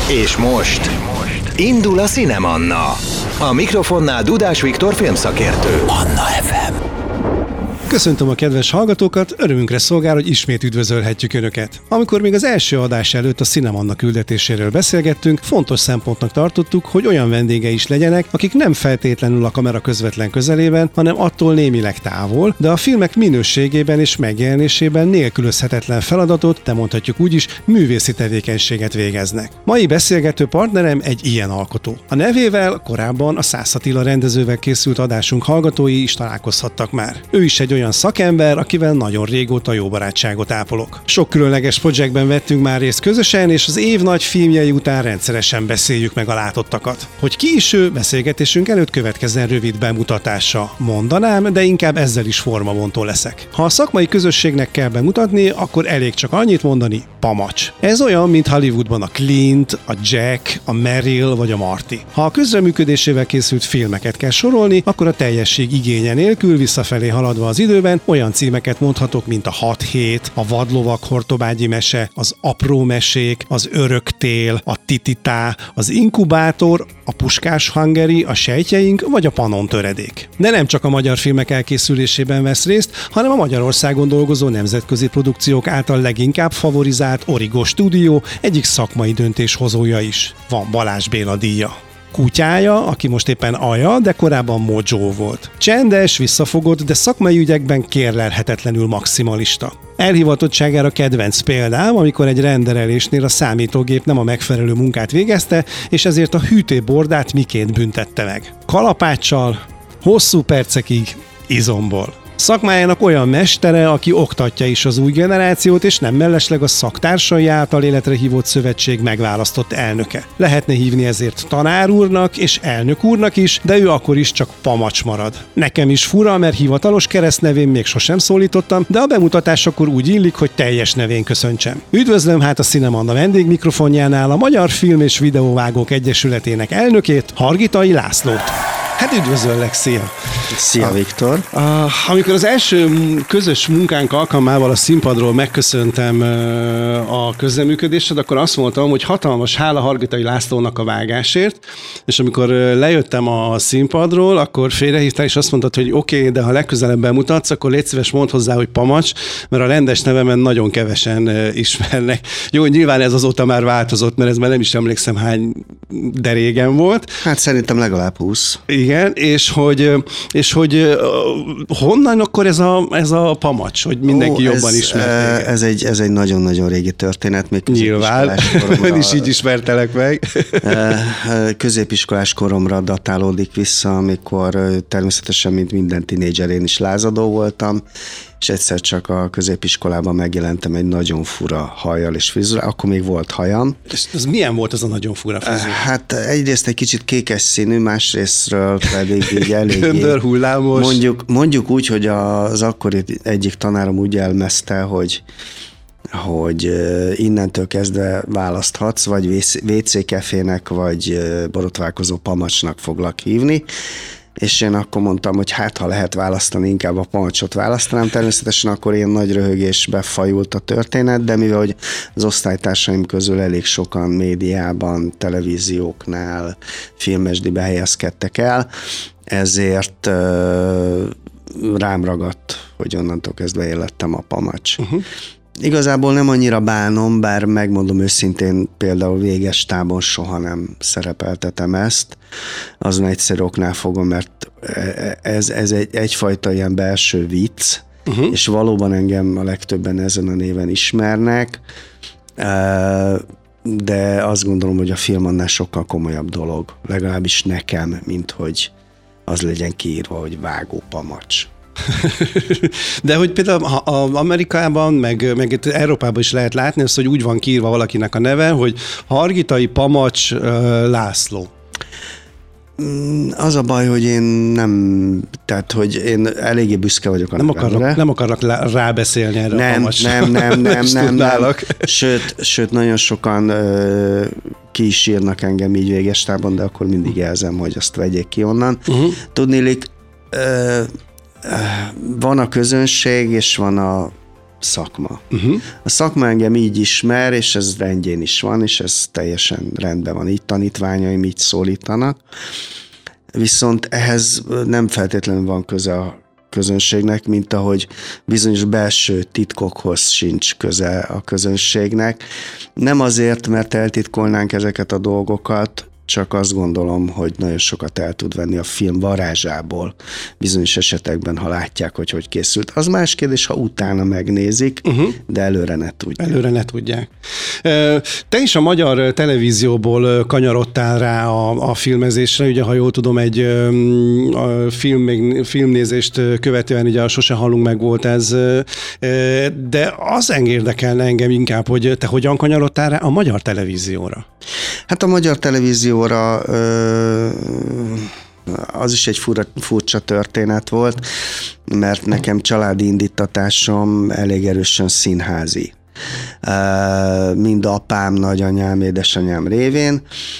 És most indul a Cinemanna. A mikrofonnál Dudás Viktor filmszakértő. Manna FM. Köszöntöm a kedves hallgatókat, örömünkre szolgál, hogy ismét üdvözölhetjük Önöket. Amikor még az első adás előtt a Cinemanna küldetéséről beszélgettünk, fontos szempontnak tartottuk, hogy olyan vendége is legyenek, akik nem feltétlenül a kamera közvetlen közelében, hanem attól némileg távol, de a filmek minőségében és megjelenésében nélkülözhetetlen feladatot, de mondhatjuk úgy is, művészi tevékenységet végeznek. Mai beszélgető partnerem egy ilyen alkotó. A nevével korábban a Szász Attila rendezővel készült adásunk hallgatói is találkozhattak már. Ő is egy olyan szakember, akivel nagyon régóta jó barátságot ápolok. Sok különleges projektben vettünk már részt közösen, és az év nagy filmjei után rendszeresen beszéljük meg a látottakat. Hogy ki is ő, beszélgetésünk előtt következzen rövid bemutatása. Mondanám, de inkább ezzel is formabontó leszek. Ha a szakmai közösségnek kell bemutatni, akkor elég csak annyit mondani: Pamacs. Ez olyan, mint Hollywoodban a Clint, a Jack, a Meryl vagy a Marty. Ha a közreműködésével készült filmeket kell sorolni, akkor a teljesség igénye nélkül visszafelé haladva az időben olyan címeket mondhatok, mint a 6 hét, a Vadlovak hortobágyi mese, az Apró mesék, az Örök tél, a Tititá, az Inkubátor, a Puskás hangeri, a Sejtjeink vagy a Pannon töredék. De nem csak a magyar filmek elkészülésében vesz részt, hanem a Magyarországon dolgozó nemzetközi produkciók által leginkább favorizált Origo Stúdió egyik szakmai döntéshozója is. Van Balázs Béla díja. Kutyája, aki most éppen Aja, de korábban Mojo volt. Csendes, visszafogott, de szakmai ügyekben kérlelhetetlenül maximalista. Elhivatottságára kedvenc példám, amikor egy renderelésnél a számítógép nem a megfelelő munkát végezte, és ezért a hűtőbordát miként büntette meg. Kalapáccsal, hosszú percekig, izomból. Szakmájának olyan mestere, aki oktatja is az új generációt, és nem mellesleg a szaktársai által életre hívott szövetség megválasztott elnöke. Lehetne hívni ezért tanár úrnak és elnök úrnak is, de ő akkor is csak Pamacs marad. Nekem is fura, mert hivatalos keresztnevén még sosem szólítottam, de a bemutatásakor úgy illik, hogy teljes nevén köszöntsem. Üdvözlöm hát a Cinemanna vendégmikrofonjánál a Magyar Film és Videóvágók Egyesületének elnökét, Hargitai Lászlót. Hát üdvözöllek, szia! Szia, Viktor! Amikor az első közös munkánk alkalmával a színpadról megköszöntem a közreműködésed, akkor azt mondtam, hogy hatalmas hála Hargitai Lászlónak a vágásért, és amikor lejöttem a színpadról, akkor félrehívtál, és azt mondtad, hogy oké, de ha legközelebb bemutatsz, akkor légy szíves, mondd hozzá, hogy Pamacs, mert a rendes nevemen nagyon kevesen ismernek. Jó, nyilván ez azóta már változott, mert ez már nem is emlékszem hány, de régen volt. Hát szerintem legalább 20. Igen, és hogy honnan akkor ez a Pamacs, hogy mindenki jobban ismer? Ez egy nagyon-nagyon régi történet. Még nyilván, én is így ismertelek meg. Középiskolás koromra datálódik vissza, amikor természetesen, mint minden tinédzser, én is lázadó voltam, és egyszer csak a középiskolában megjelentem egy nagyon fura hajjal és frizura, akkor még volt hajam. Ez milyen volt ez a nagyon fura frizura? Hát egyrészt egy kicsit kékes színű, másrésztről pedig így eléggé... Göndör, hullámos. Mondjuk úgy, hogy az akkori egyik tanárom úgy elmezte, hogy innentől kezdve választhatsz, vagy WC kefének, vagy borotválkozó Pamacsnak foglak hívni. És én akkor mondtam, hogy hát ha lehet választani, inkább a Pamacsot választanám. Természetesen akkor ilyen nagy röhögésbe fajult a történet, de mivel hogy az osztálytársaim közül elég sokan médiában, televízióknál, filmesdibe helyezkedtek el, ezért rám ragadt, hogy onnantól kezdve én lettem a Pamacs. Igazából nem annyira bánom, bár megmondom őszintén, például véges tábon soha nem szerepeltetem ezt. Azon egyszerű oknál fogom, mert ez egyfajta ilyen belső vicc, és valóban engem a legtöbben ezen a néven ismernek, de azt gondolom, hogy a film annál sokkal komolyabb dolog, legalábbis nekem, mint hogy az legyen kiírva, hogy Vágó Pamacs. De hogy például Amerikában, meg itt Európában is lehet látni azt, hogy úgy van kiírva valakinek a neve, hogy Hargitai Pamacs László. Az a baj, hogy én nem, tehát, hogy én eléggé büszke vagyok a nevemre. Nem akarlak rábeszélni erre a Pamacsra. Nem. Sőt, nagyon sokan ki is írnak engem így végestában, de akkor mindig jelzem, hogy azt vegyék ki onnan. Tudniillik, van a közönség, és van a szakma. A szakma engem így ismer, és ez rendjén is van, és ez teljesen rendben van. Így tanítványaim így szólítanak. Viszont ehhez nem feltétlenül van köze a közönségnek, mint ahogy bizonyos belső titkokhoz sincs köze a közönségnek. Nem azért, mert eltitkolnánk ezeket a dolgokat, csak azt gondolom, hogy nagyon sokat el tud venni a film varázsából bizonyos esetekben, ha látják, hogy készült. Az más kérdés, ha utána megnézik, de előre ne tudják. Előre ne tudják. Te is a magyar televízióból kanyarodtál rá a filmezésre, ugye, ha jól tudom, egy filmnézést követően ugye a Sose halunk meg volt ez, de az érdekelne engem inkább, hogy te hogyan kanyarodtál rá a magyar televízióra? Hát a magyar televízióra az is egy furcsa történet volt, mert nekem családi indítatásom elég erősen színházi. Mind apám, nagyanyám, édesanyám révén,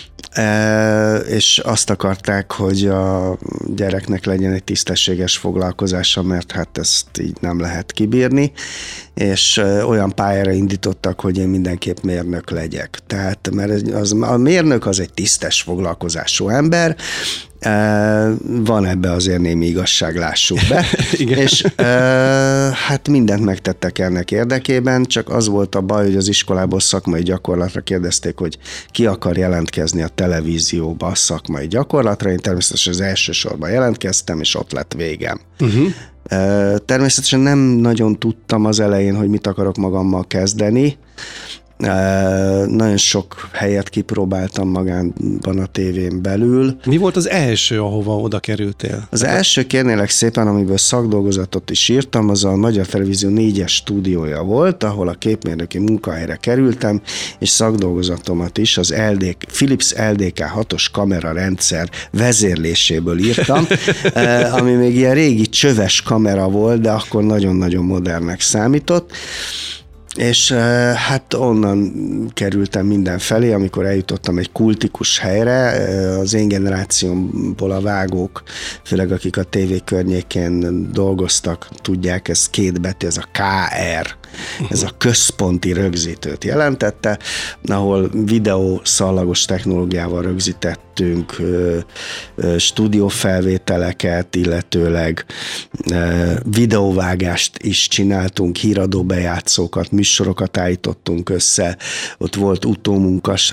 és azt akarták, hogy a gyereknek legyen egy tisztességes foglalkozása, mert hát ezt így nem lehet kibírni, és olyan pályára indítottak, hogy én mindenképp mérnök legyek. Tehát, mert a mérnök az egy tisztes foglalkozású ember, van ebbe azért némi igazság, lássuk be. És hát mindent megtettek ennek érdekében, csak az volt a baj, hogy az iskolából szakmai gyakorlatra kérdezték, hogy ki akar jelentkezni a televízióba a szakmai gyakorlatra. Én természetesen az első sorban jelentkeztem, és ott lett végem. Természetesen nem nagyon tudtam az elején, hogy mit akarok magammal kezdeni. Nagyon sok helyet kipróbáltam magánban a tévén belül. Mi volt az első, ahova oda kerültél? Az első, kérnélek szépen, amiből szakdolgozatot is írtam, az a Magyar Televízió 4-es stúdiója volt, ahol a képmérnöki munkahelyre kerültem, és szakdolgozatomat is az Philips LDK 6-os kamerarendszer vezérléséből írtam, ami még ilyen régi csöves kamera volt, de akkor nagyon-nagyon modernnek számított. És hát onnan kerültem mindenfelé, amikor eljutottam egy kultikus helyre. Az én generációmból a vágók, főleg akik a tévé környékén dolgoztak, tudják, ez két betű, ez a KR, ez a központi rögzítőt jelentette, ahol videószallagos technológiával rögzítettünk stúdiófelvételeket, illetőleg videóvágást is csináltunk, híradó bejátszókat, műsorokat állítottunk össze, ott volt utómunkas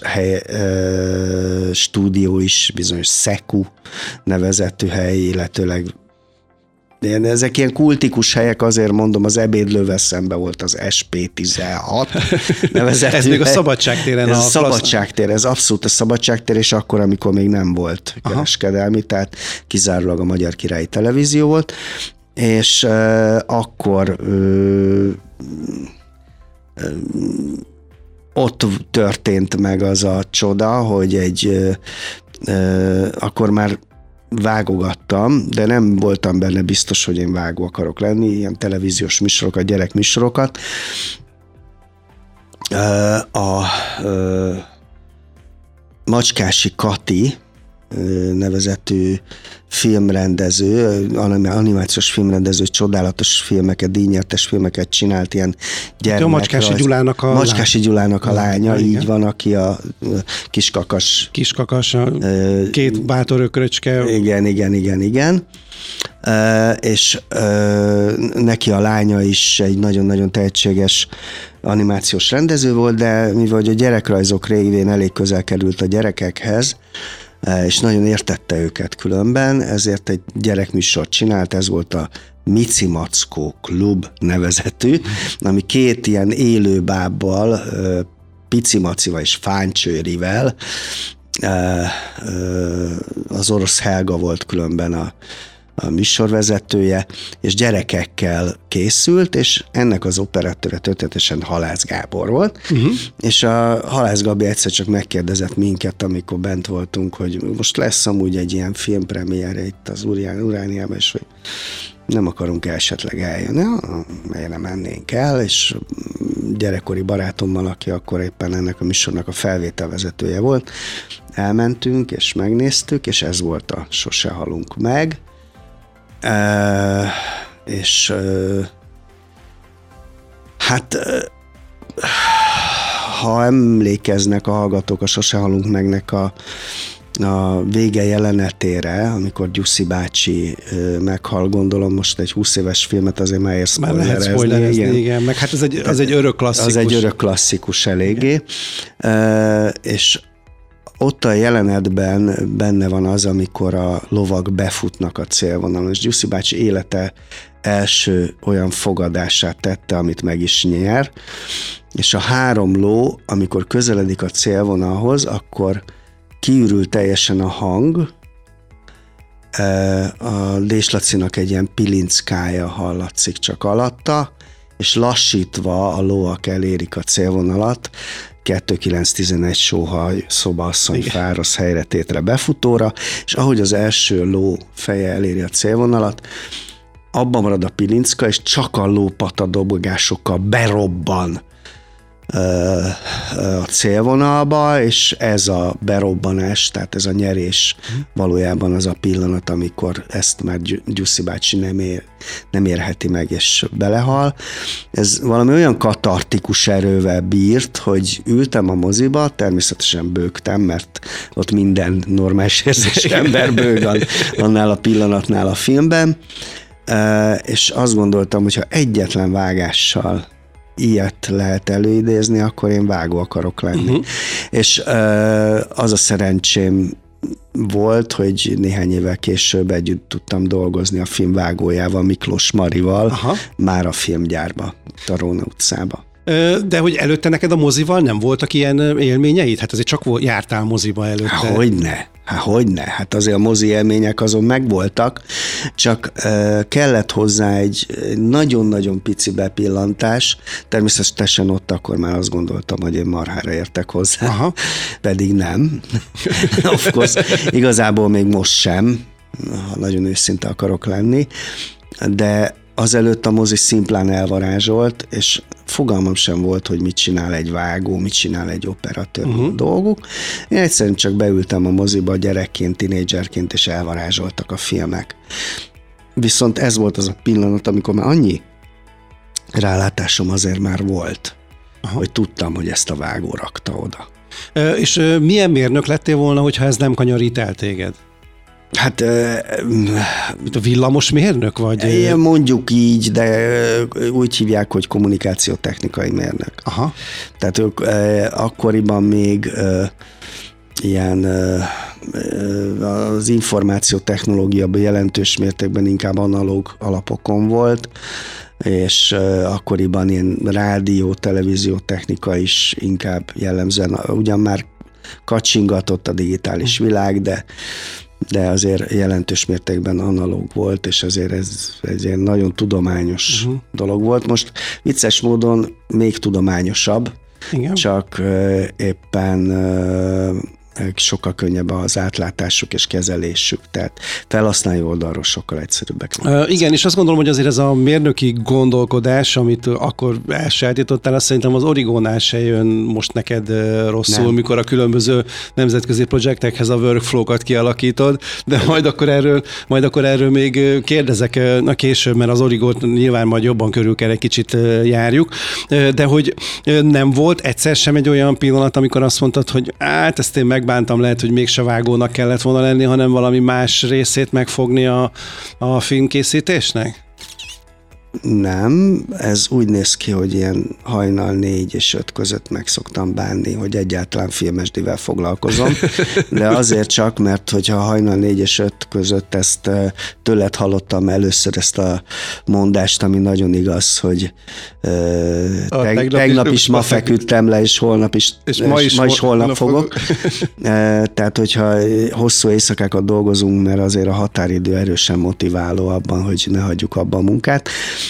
stúdió is, bizonyos Szeku nevezetű hely, illetőleg ezek ilyen kultikus helyek, azért mondom, az ebédlővel szemben volt az SP16 nevezetű. Ez még a Szabadságtéren. Ez a Szabadságtér, ez abszolút a Szabadságtér, és akkor, amikor még nem volt kereskedelmi, tehát kizárólag a Magyar Királyi Televízió volt, és akkor ott történt meg az a csoda, hogy akkor már vágogattam, de nem voltam benne biztos, hogy én vágó akarok lenni, ilyen televíziós műsorokat, gyerekműsorokat. A Macskási Kati nevezetű filmrendező, animációs filmrendező, csodálatos filmeket, díjnyertes filmeket csinált, ilyen gyermek. Macskási Gyulának a lánya, így igen. Van, aki a Kiskakas. Kiskakas, a két bátor ökröcske. Igen. És neki a lánya is egy nagyon-nagyon tehetséges animációs rendező volt, de mivel a gyerekrajzok révén elég közel került a gyerekekhez, és nagyon értette őket különben, ezért egy gyerekműsort csinált, ez volt a Mici Mackó Klub nevezetű, ami két ilyen élőbábbal, Pici Macival és Fáncsőrivel, az orosz Helga volt különben a műsorvezetője, és gyerekekkel készült, és ennek az operatőre történetesen Halász Gábor volt, és a Halász Gabi egyszer csak megkérdezett minket, amikor bent voltunk, hogy most lesz amúgy egy ilyen filmpremiére itt az Urániában, és hogy nem akarunk esetleg eljönni, miért nem mennénk el, és gyerekkori barátommal, aki akkor éppen ennek a műsornak a felvételvezetője volt, elmentünk, és megnéztük, és ez volt a Sose halunk meg, és Hát, ha emlékeznek a hallgatók a Sose halunk megnek a vége jelenetére, amikor Gyuszi bácsi meghal, gondolom most egy 20 éves filmet azért már lehet spoilerezni, igen. Meg hát ez egy örök klasszikus. Az egy örök klasszikus eléggé. És ott a jelenetben benne van az, amikor a lovak befutnak a célvonalon, és Gyuszi bácsi élete első olyan fogadását tette, amit meg is nyer, és a 3 ló, amikor közeledik a célvonalhoz, akkor kiürül teljesen a hang, a Dés Lacinak egy ilyen pilinckája hallatszik csak alatta, és lassítva a lóak elérik a célvonalat, 2-9-11 sóhaj szobaasszony fárasz helyretétre befutóra, és ahogy az első ló feje eléri a célvonalat, abban marad a pilincka, és csak a lópata dobogásokkal berobban a célvonalba, és ez a berobbanás, tehát ez a nyerés valójában az a pillanat, amikor ezt már Gyuszi bácsi nem érheti meg, és belehal. Ez valami olyan katartikus erővel bírt, hogy ültem a moziba, természetesen bőgtem, mert ott minden normális érzésű ember bőg annál a pillanatnál a filmben, és azt gondoltam, hogy ha egyetlen vágással ilyet lehet előidézni, akkor én vágó akarok lenni. És az a szerencsém volt, hogy néhány évvel később együtt tudtam dolgozni a film vágójával, Miklós Marival, már a filmgyárba, a Róna utcába. De hogy előtte neked a mozival nem voltak ilyen élményeid? Hát azért csak jártál moziba előtte. Hogyne. Hát azért a mozi élmények azon megvoltak, csak kellett hozzá egy nagyon-nagyon pici bepillantás. Természetesen ott akkor már azt gondoltam, hogy én marhára értek hozzá, pedig nem. Of course, igazából még most sem, ha nagyon őszinte akarok lenni, de azelőtt a mozi szimplán elvarázsolt, és fogalmam sem volt, hogy mit csinál egy vágó, mit csinál egy operatőr dolguk. Én egyszerűen csak beültem a moziba gyerekként, tinédzserként, és elvarázsoltak a filmek. Viszont ez volt az a pillanat, amikor már annyi rálátásom azért már volt, hogy tudtam, hogy ezt a vágó rakta oda. És milyen mérnök lettél volna, hogyha ez nem kanyarít el téged? Hát... a villamosmérnök, vagy? Mondjuk így, de úgy hívják, hogy kommunikációtechnikai mérnök. Tehát ők akkoriban még ilyen az információtechnológiában jelentős mértékben inkább analóg alapokon volt, és akkoriban ilyen rádió, televízió technika is inkább jellemzően, ugyan már kacsingatott a digitális világ, de azért jelentős mértékben analóg volt, és azért ez egy ilyen nagyon tudományos dolog volt. Most vicces módon még tudományosabb, igen. Csak éppen sokkal könnyebb az átlátásuk és kezelésük, tehát felhasználó oldalról sokkal egyszerűbbek. Igen, és azt gondolom, hogy azért ez a mérnöki gondolkodás, amit akkor elsajátítottál, azt szerintem az Origónál se jön most neked rosszul, nem. Mikor a különböző nemzetközi projektekhez a workflow-kat kialakítod, de majd akkor erről még kérdezek később, mert az Origót nyilván majd jobban körül kell egy kicsit járjuk, de hogy nem volt egyszer sem egy olyan pillanat, amikor azt mondtad, hogy hát ezt én megbántam, lehet, hogy mégse vágónak kellett volna lenni, hanem valami más részét megfogni a filmkészítésnek? Nem, ez úgy néz ki, hogy ilyen hajnal 4 és 5 között meg szoktam bánni, hogy egyáltalán filmesdivel foglalkozom, de azért csak, mert hogyha hajnal 4 és 5 között ezt tőled hallottam először ezt a mondást, ami nagyon igaz, hogy tegnap is ma feküdtem le, és holnap is, és ma is holnap fogok. Tehát, hogyha hosszú éjszakákat dolgozunk, mert azért a határidő erősen motiváló abban, hogy ne hagyjuk abba a munkát,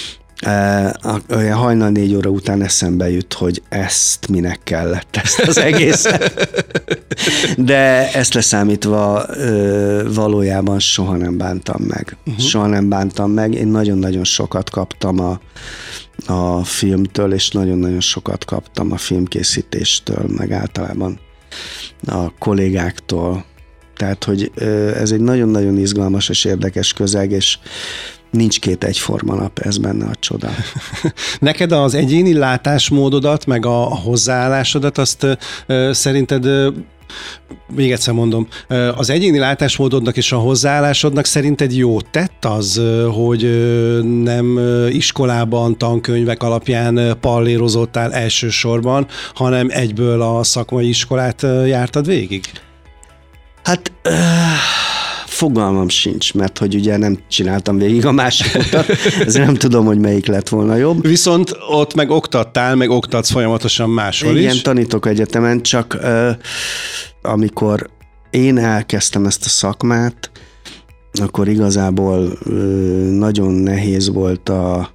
hajnal 4 óra után eszembe jut, hogy ezt minek kellett, ezt az egészet. De ezt leszámítva valójában soha nem bántam meg. Soha nem bántam meg. Én nagyon-nagyon sokat kaptam a filmtől, és nagyon-nagyon sokat kaptam a filmkészítéstől, meg általában a kollégáktól. Tehát, hogy ez egy nagyon-nagyon izgalmas és érdekes közeg, és Nincs két egyforma nap, ez benne a csoda. Neked az egyéni látásmódodat, meg a hozzáállásodat, azt szerinted, még egyszer mondom, az egyéni látásmódodnak és a hozzáállásodnak szerinted jót tett az, hogy nem iskolában, tankönyvek alapján pallérozottál elsősorban, hanem egyből a szakmai iskolát jártad végig? Hát fogalmam sincs, mert hogy ugye nem csináltam végig a másik utat, ezért nem tudom, hogy melyik lett volna jobb. Viszont ott meg oktattál, meg oktatsz folyamatosan máshol is. Igen, tanítok egyetemen, csak amikor én elkezdtem ezt a szakmát, akkor igazából nagyon nehéz volt a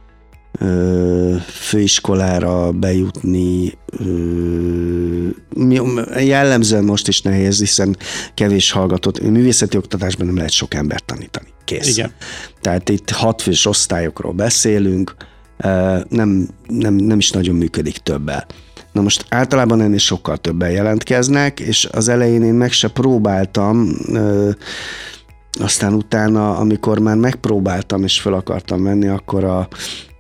főiskolára bejutni, jellemzően most is nehéz, hiszen kevés hallgatót, művészeti oktatásban nem lehet sok embert tanítani. Kész. Igen. Tehát itt 6 fős osztályokról beszélünk, nem is nagyon működik többel. Na most általában ennél sokkal többen jelentkeznek, és az elején én meg se próbáltam, aztán utána, amikor már megpróbáltam és fel akartam menni, akkor a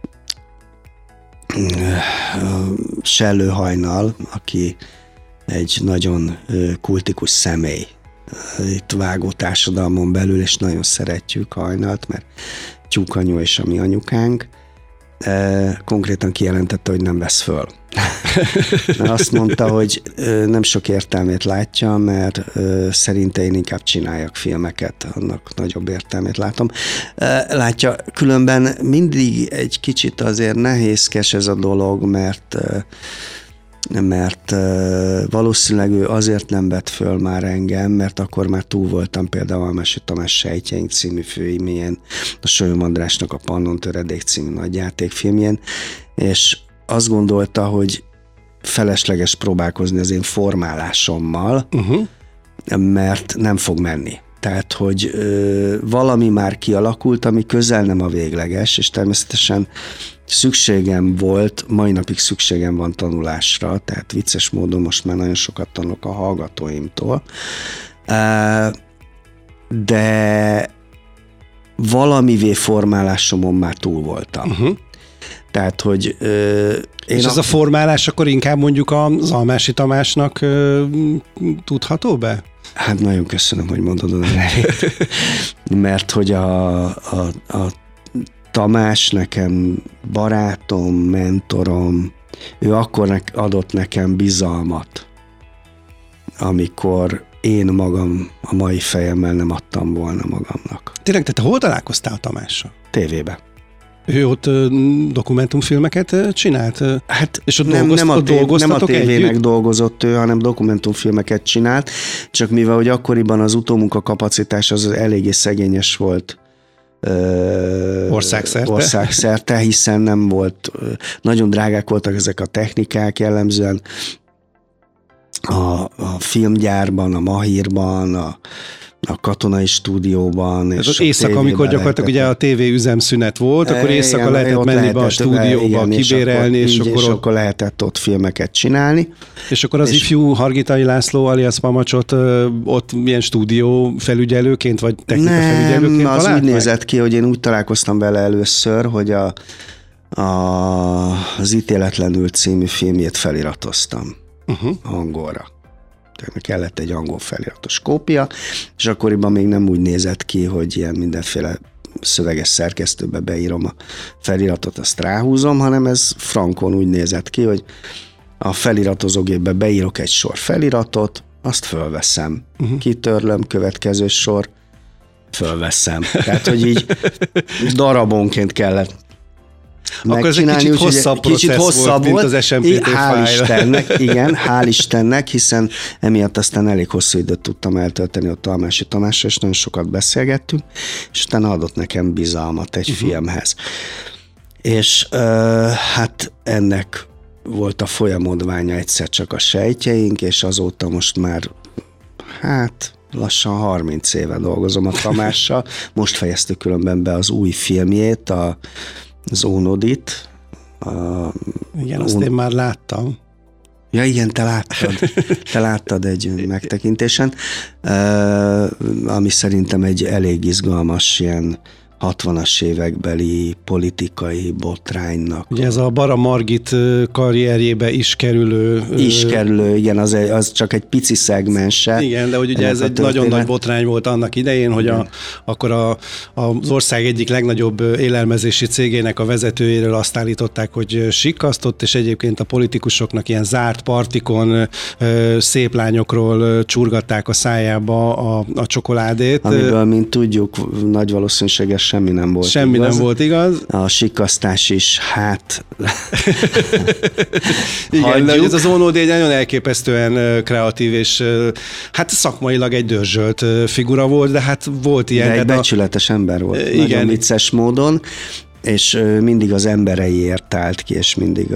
Sellő Hajnal, aki egy nagyon kultikus személy itt vágó társadalmon belül, és nagyon szeretjük Hajnalt, mert tyúkanyó és a mi anyukánk, konkrétan kijelentette, hogy nem vesz föl. Azt mondta, hogy nem sok értelmét látja, mert szerinte én inkább csináljak filmeket, annak nagyobb értelmét látom. Látja, különben mindig egy kicsit azért nehézkes ez a dolog, mert valószínűleg ő azért nem vett föl már engem, mert akkor már túl voltam például Almási Tamás Sejtjeink című főimén, a Solyom Andrásnak a Pannon Töredék című nagyjátékfilmjén, és azt gondolta, hogy felesleges próbálkozni az én formálásommal, mert nem fog menni. Tehát, hogy valami már kialakult, ami közel nem a végleges, és természetesen szükségem volt, mai napig szükségem van tanulásra, tehát vicces módon most már nagyon sokat tanulok a hallgatóimtól, de valamivé formálásomon már túl voltam. Tehát, hogy és ez a formálás akkor inkább mondjuk az Almási Tamásnak tudható be? Hát nagyon köszönöm, hogy mondod a nevét. Mert hogy a Tamás nekem barátom, mentorom, ő akkor adott nekem bizalmat, amikor én magam a mai fejemmel nem adtam volna magamnak. Tényleg, te hol találkoztál Tamással? Tévébe. Ő ott dokumentumfilmeket csinált? Hát és ott nem a tévének együtt? dolgozott ő, hanem dokumentumfilmeket csinált, csak mivel hogy akkoriban az utómunka kapacitás az eléggé szegényes volt országszerte, hiszen nem volt, nagyon drágák voltak ezek a technikák, jellemzően a filmgyárban, a Mahírban, a katonai stúdióban. Ez az éjszaka, amikor gyakorlatilag ugye a tévé üzemszünet volt, akkor éjszaka lehetett menni be a stúdióba, kibérelni, és akkor lehetett ott filmeket csinálni. És akkor az ifjú Hargitai László alias Pamacsot ott milyen stúdió felügyelőként, vagy technika felügyelőként talált? Nem, az úgy meg? nézett ki, hogy én úgy találkoztam vele először, hogy az Ítéletlenül című filmjét feliratoztam angolra. Tehát kellett egy angol feliratos kópia, és akkoriban még nem úgy nézett ki, hogy ilyen mindenféle szöveges szerkesztőbe beírom a feliratot, azt ráhúzom, hanem ez frankon úgy nézett ki, hogy a feliratozógépbe beírok egy sor feliratot, azt fölveszem. Kitörlöm, következő sor, fölveszem. Tehát, hogy így darabonként kellett akkor ez egy kicsit hosszabb volt, mint az SMPT hál' Istennek, hiszen emiatt aztán elég hosszú időt tudtam eltölteni ott Almási Tamással, és nagyon sokat beszélgettünk, és utána adott nekem bizalmat egy filmhez. És hát ennek volt a folyamodványa egyszer csak a Sejtjeink, és azóta most már lassan 30 éve dolgozom a Tamással. Most fejeztük különben be az új filmjét, az Ónodit. Igen, azt én már láttam. Ja igen, te láttad egy megtekintésen, ami szerintem egy elég izgalmas ilyen 60-as évekbeli politikai botránynak. Ugye ez a Bara Margit karrierjébe is kerülő... Igen, az csak egy pici szegmense. Igen, de hogy ugye ez egy nagyon nagy botrány volt annak idején, hogy akkor az ország egyik legnagyobb élelmezési cégének a vezetőjéről azt állították, hogy sikkasztott, és egyébként a politikusoknak ilyen zárt partikon szép lányokról csurgatták a szájába a csokoládét. Amiből, mint tudjuk, nagy valószínűséggel semmi nem volt Semmi igaz. nem volt igaz. A sikkasztás is, hát... Igen, de ez az Ónódi egy nagyon elképesztően kreatív, és hát szakmailag egy dörzsölt figura volt, de hát volt ilyen. De egy becsületes ember volt, igen. Nagyon vicces módon, és mindig az embereiért állt ki, és mindig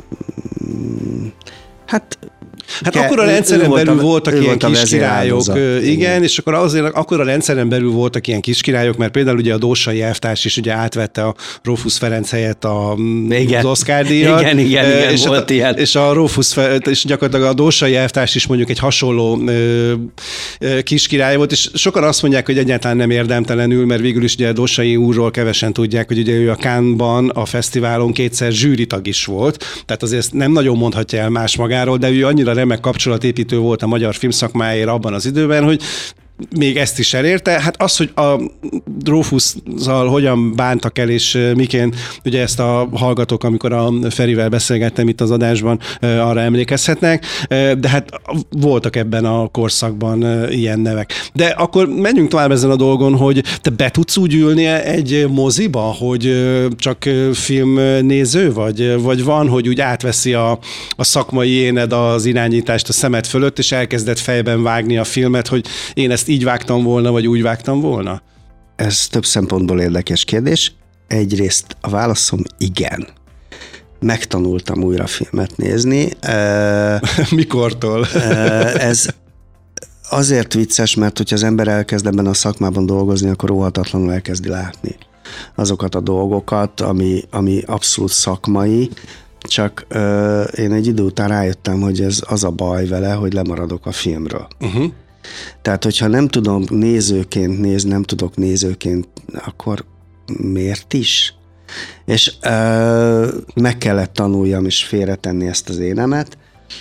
Hát akkor a rendszeren belül voltak ilyen kiskirályok, igen, és akkor azért akkor a rendszeren belül voltak ilyen kiskirályok, mert például ugye a Dóssai elvtárs is ugye átvette a Rófusz Ferenc helyett az Oscar-díjat. Igen, és volt ilyen. És és gyakorlatilag a Dóssai elvtárs is mondjuk egy hasonló kiskirály volt, és sokan azt mondják, hogy egyáltalán nem érdemtelenül, mert végül is ugye a Dóssai úrról kevesen tudják, hogy ugye ő a Cannes-ban a fesztiválon 2-szer zsűritag is volt, tehát azért nem nagyon mondhatja el más magáról, de ő annyira remek kapcsolatépítő volt a magyar filmszakmáért abban az időben, hogy még ezt is elérte. Hát az, hogy a Drófusszal hogyan bántak el, és miként, ugye ezt a hallgatók, amikor a Ferivel beszélgettem itt az adásban, arra emlékezhetnek, de hát voltak ebben a korszakban ilyen nevek. De akkor menjünk tovább ezen a dolgon, hogy te be tudsz úgy ülni egy moziba, hogy csak filmnéző vagy van, hogy úgy átveszi a szakmai éned az irányítást a szemed fölött, és elkezdett fejben vágni a filmet, hogy én ezt így vágtam volna, vagy úgy vágtam volna? Ez több szempontból érdekes kérdés. Egyrészt a válaszom igen. Megtanultam újra filmet nézni. Mikortól? Ez azért vicces, mert hogyha az ember elkezd ebben a szakmában dolgozni, akkor óhatatlanul elkezdi látni azokat a dolgokat, ami abszolút szakmai, csak én egy idő után rájöttem, hogy ez az a baj vele, hogy lemaradok a filmről. Uh-huh. Tehát, hogyha nem tudom nézőként nézni, nem tudok nézőként, akkor miért is? És meg kellett tanuljam és félretenni ezt az énemet.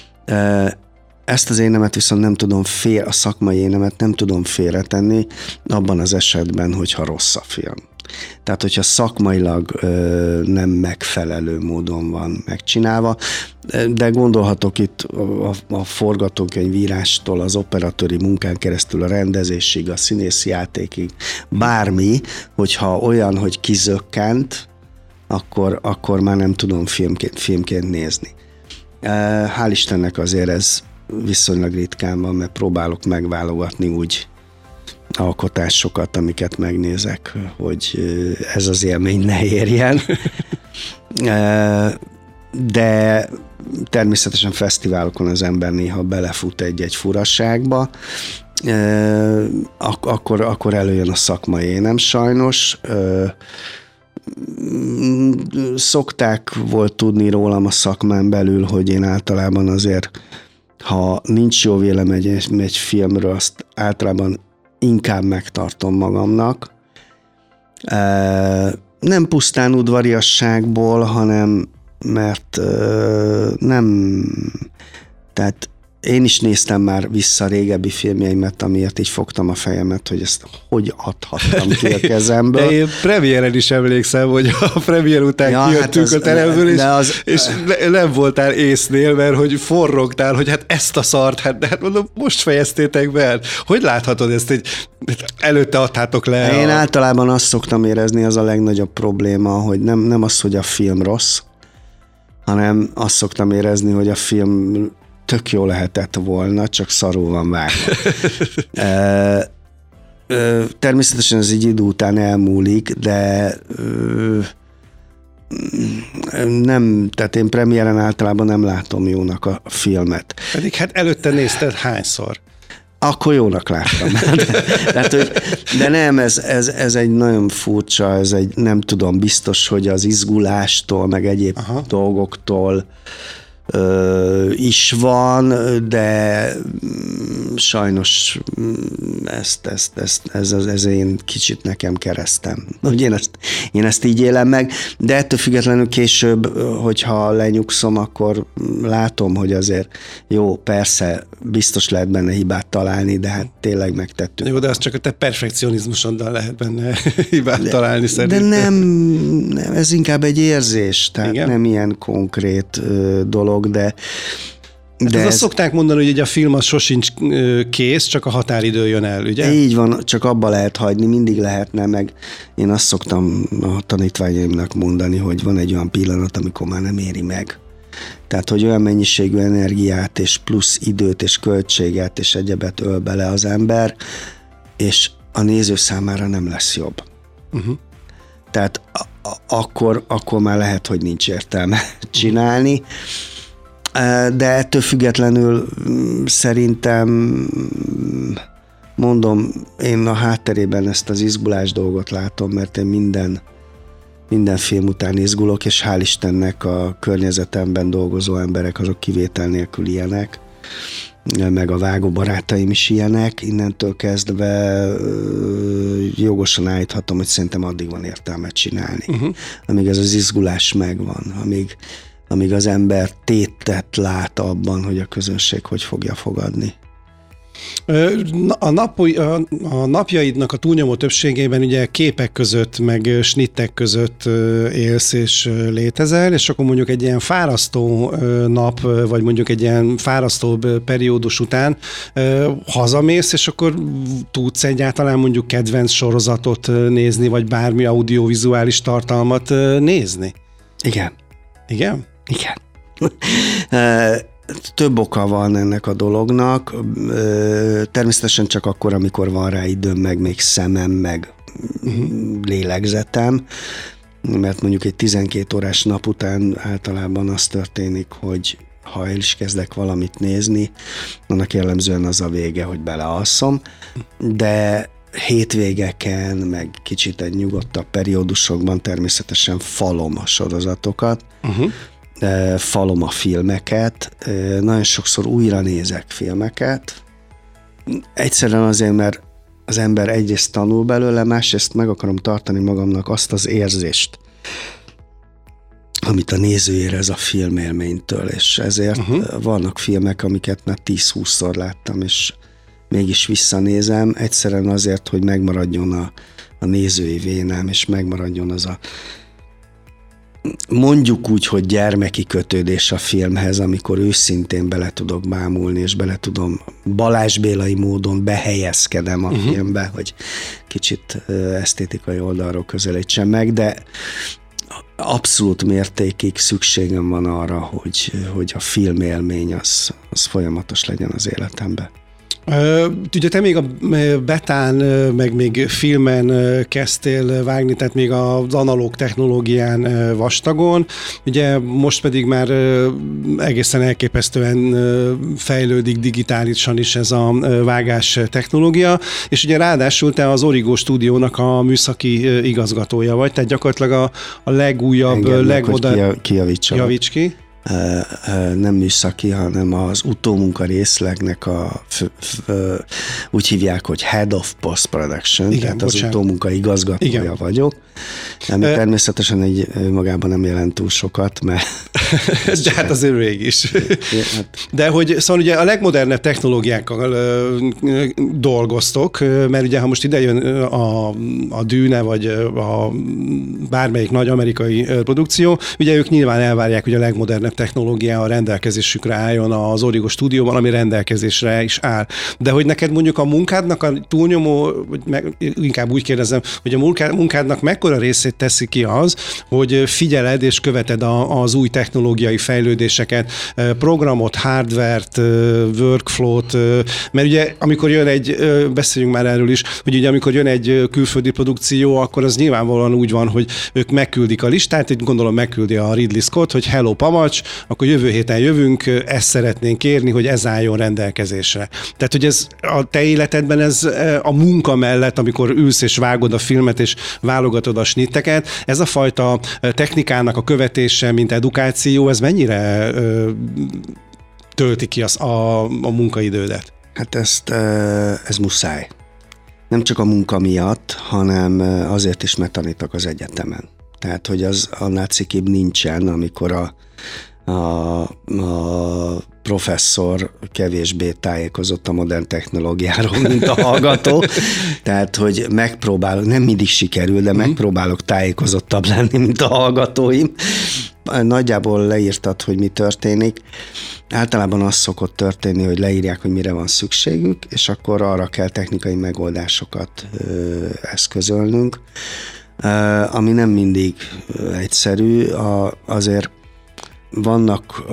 Ezt az énemet viszont nem tudom a szakmai énemet nem tudom félretenni abban az esetben, hogyha rossz a film. Tehát, hogyha szakmailag nem megfelelő módon van megcsinálva, de gondolhatok itt a forgatókönyvírástól, az operatőri munkán keresztül a rendezésig, a színészi játékig, bármi, hogyha olyan, hogy kizökkent, akkor már nem tudom filmként nézni. Hál' Istennek azért ez viszonylag ritkán van, mert próbálok megválogatni úgy alkotásokat, amiket megnézek, hogy ez az élmény ne érjen. De természetesen fesztiválokon az ember néha belefut egy furaságba, akkor előjön a szakmai énem sajnos. Szokták volt tudni rólam a szakmán belül, hogy én általában azért, ha nincs jó vélemény egy filmről, azt általában inkább megtartom magamnak. Nem pusztán udvariasságból, hanem mert nem... Tehát én is néztem már vissza régebbi filmjeimet, amiért így fogtam a fejemet, hogy ezt hogy adhattam ki a kezemből. De én premiéren is emlékszem, hogy a premier után kijöttünk a teremből, és nem voltál észnél, mert hogy forrogtál, hogy hát ezt a szart, hát mondom, most fejeztétek be. Hogy láthatod ezt, hogy előtte adtátok le? Én általában azt szoktam érezni, az a legnagyobb probléma, hogy nem az, hogy a film rossz, hanem azt szoktam érezni, hogy a film tök jó lehetett volna, csak szarul van vágva. Természetesen ez egy idő után elmúlik, de nem, tehát én premiéren általában nem látom jónak a filmet. Pedig hát előtte nézted hányszor? Akkor jónak láttam. De nem, ez egy nagyon furcsa, ez egy nem tudom, biztos, hogy az izgulástól, meg egyéb dolgoktól is van, de sajnos ez én kicsit nekem keresztem. Én ezt így élem meg, de ettől függetlenül később, hogyha lenyugszom, akkor látom, hogy azért jó, persze, biztos lehet benne hibát találni, de hát tényleg megtettük. Jó, de az csak a te perfekcionizmusoddal lehet benne hibát találni szerintem. De nem, ez inkább egy érzés, tehát igen? Nem ilyen konkrét dolog, de azt szokták mondani, hogy a film az sosincs kész, csak a határidő jön el, ugye? Így van, csak abba lehet hagyni, mindig lehetne, meg én azt szoktam a tanítványaimnak mondani, hogy van egy olyan pillanat, amikor már nem éri meg. Tehát, hogy olyan mennyiségű energiát, és plusz időt, és költséget, és egyebet öl bele az ember, és a néző számára nem lesz jobb. Uh-huh. Tehát akkor már lehet, hogy nincs értelme csinálni, de ettől függetlenül szerintem, mondom, én a hátterében ezt az izgulás dolgot látom, mert én minden film után izgulok, és hál' Istennek a környezetemben dolgozó emberek azok kivétel nélkül ilyenek, meg a vágó barátaim is ilyenek, innentől kezdve jogosan állíthatom, hogy szerintem addig van értelme csinálni, amíg ez az izgulás megvan, amíg az ember tétet lát abban, hogy a közönség hogy fogja fogadni. A napjaidnak a túlnyomó többségében ugye képek között, meg snittek között élsz és létezel, és akkor mondjuk egy ilyen fárasztó nap, vagy mondjuk egy ilyen fárasztó periódus után hazamész, és akkor tudsz egyáltalán mondjuk kedvenc sorozatot nézni, vagy bármi audiovizuális tartalmat nézni? Igen. Igen? Igen. Több oka van ennek a dolognak. Természetesen csak akkor, amikor van rá időm, meg még szemem, meg lélegzetem, mert mondjuk egy 12 órás nap után általában az történik, hogy ha el is kezdek valamit nézni, annak jellemzően az a vége, hogy belealszom, de hétvégeken, meg kicsit egy nyugodtabb periódusokban természetesen falom a sorozatokat, falom a filmeket, nagyon sokszor újra nézek filmeket, egyszerűen azért, mert az ember egyrészt tanul belőle, másrészt meg akarom tartani magamnak azt az érzést, amit a néző érez a filmélménytől, és ezért vannak filmek, amiket már 10-20-szor láttam, és mégis visszanézem, egyszerűen azért, hogy megmaradjon a nézői vénem, és megmaradjon az a mondjuk úgy, hogy gyermeki kötődés a filmhez, amikor őszintén bele tudok bámulni, és bele tudom Balázs Bélai módon behelyezkedem a filmbe, hogy kicsit esztétikai oldalról közelítsem meg, de abszolút mértékig szükségem van arra, hogy a filmélmény az folyamatos legyen az életemben. Ugye te még a betán, meg még filmen kezdtél vágni, tehát még az analóg technológián vastagon, ugye most pedig már egészen elképesztően fejlődik digitálisan is ez a vágás technológia, és ugye ráadásul te az Origo stúdiónak a műszaki igazgatója vagy, tehát gyakorlatilag a legújabb, legmodern... Javíts ki. Nem műszaki, hanem az utómunka részlegnek úgy hívják, hogy Head of Post-Production, igen, tehát az utómunka igazgatója vagyok. Ami természetesen magában nem jelent túl sokat, mert... De hát azért rég is. De hogy szóval ugye a legmodernebb technológiákkal dolgoztok, mert ugye ha most ide jön a Dűne, vagy a bármelyik nagy amerikai produkció, ugye ők nyilván elvárják, hogy a legmodernebb technológia a rendelkezésükre álljon az Origo stúdióban, ami rendelkezésre is áll. De hogy neked mondjuk a munkádnak a túlnyomó, inkább úgy kérdezem, hogy a munkádnak mekkora részét teszi ki az, hogy figyeled és követed az új technológiai fejlődéseket, programot, hardvert, workflow-t, mert ugye amikor jön beszéljünk már erről is, hogy ugye amikor jön egy külföldi produkció, akkor az nyilvánvalóan úgy van, hogy ők megküldik a listát, így gondolom megküldi a Ridley Scott, hogy hello Pamacs, adás, akkor jövő héten jövünk, ezt szeretnénk kérni, hogy ez álljon rendelkezésre. Tehát, hogy ez a te életedben ez a munka mellett, amikor ülsz és vágod a filmet, és válogatod a snitteket, ez a fajta technikának a követése, mint edukáció, ez mennyire tölti ki a munkaidődet? Hát ez muszáj. Nem csak a munka miatt, hanem azért is, mert tanítok az egyetemen. Tehát, hogy az annál cikibb nincsen, amikor a professzor kevésbé tájékozott a modern technológiáról, mint a hallgató. Tehát, hogy megpróbálok, nem mindig sikerül, de megpróbálok tájékozottabb lenni, mint a hallgatóim. Nagyjából leírtad, hogy mi történik. Általában az szokott történni, hogy leírják, hogy mire van szükségük, és akkor arra kell technikai megoldásokat eszközölnünk, ami nem mindig egyszerű. Azért vannak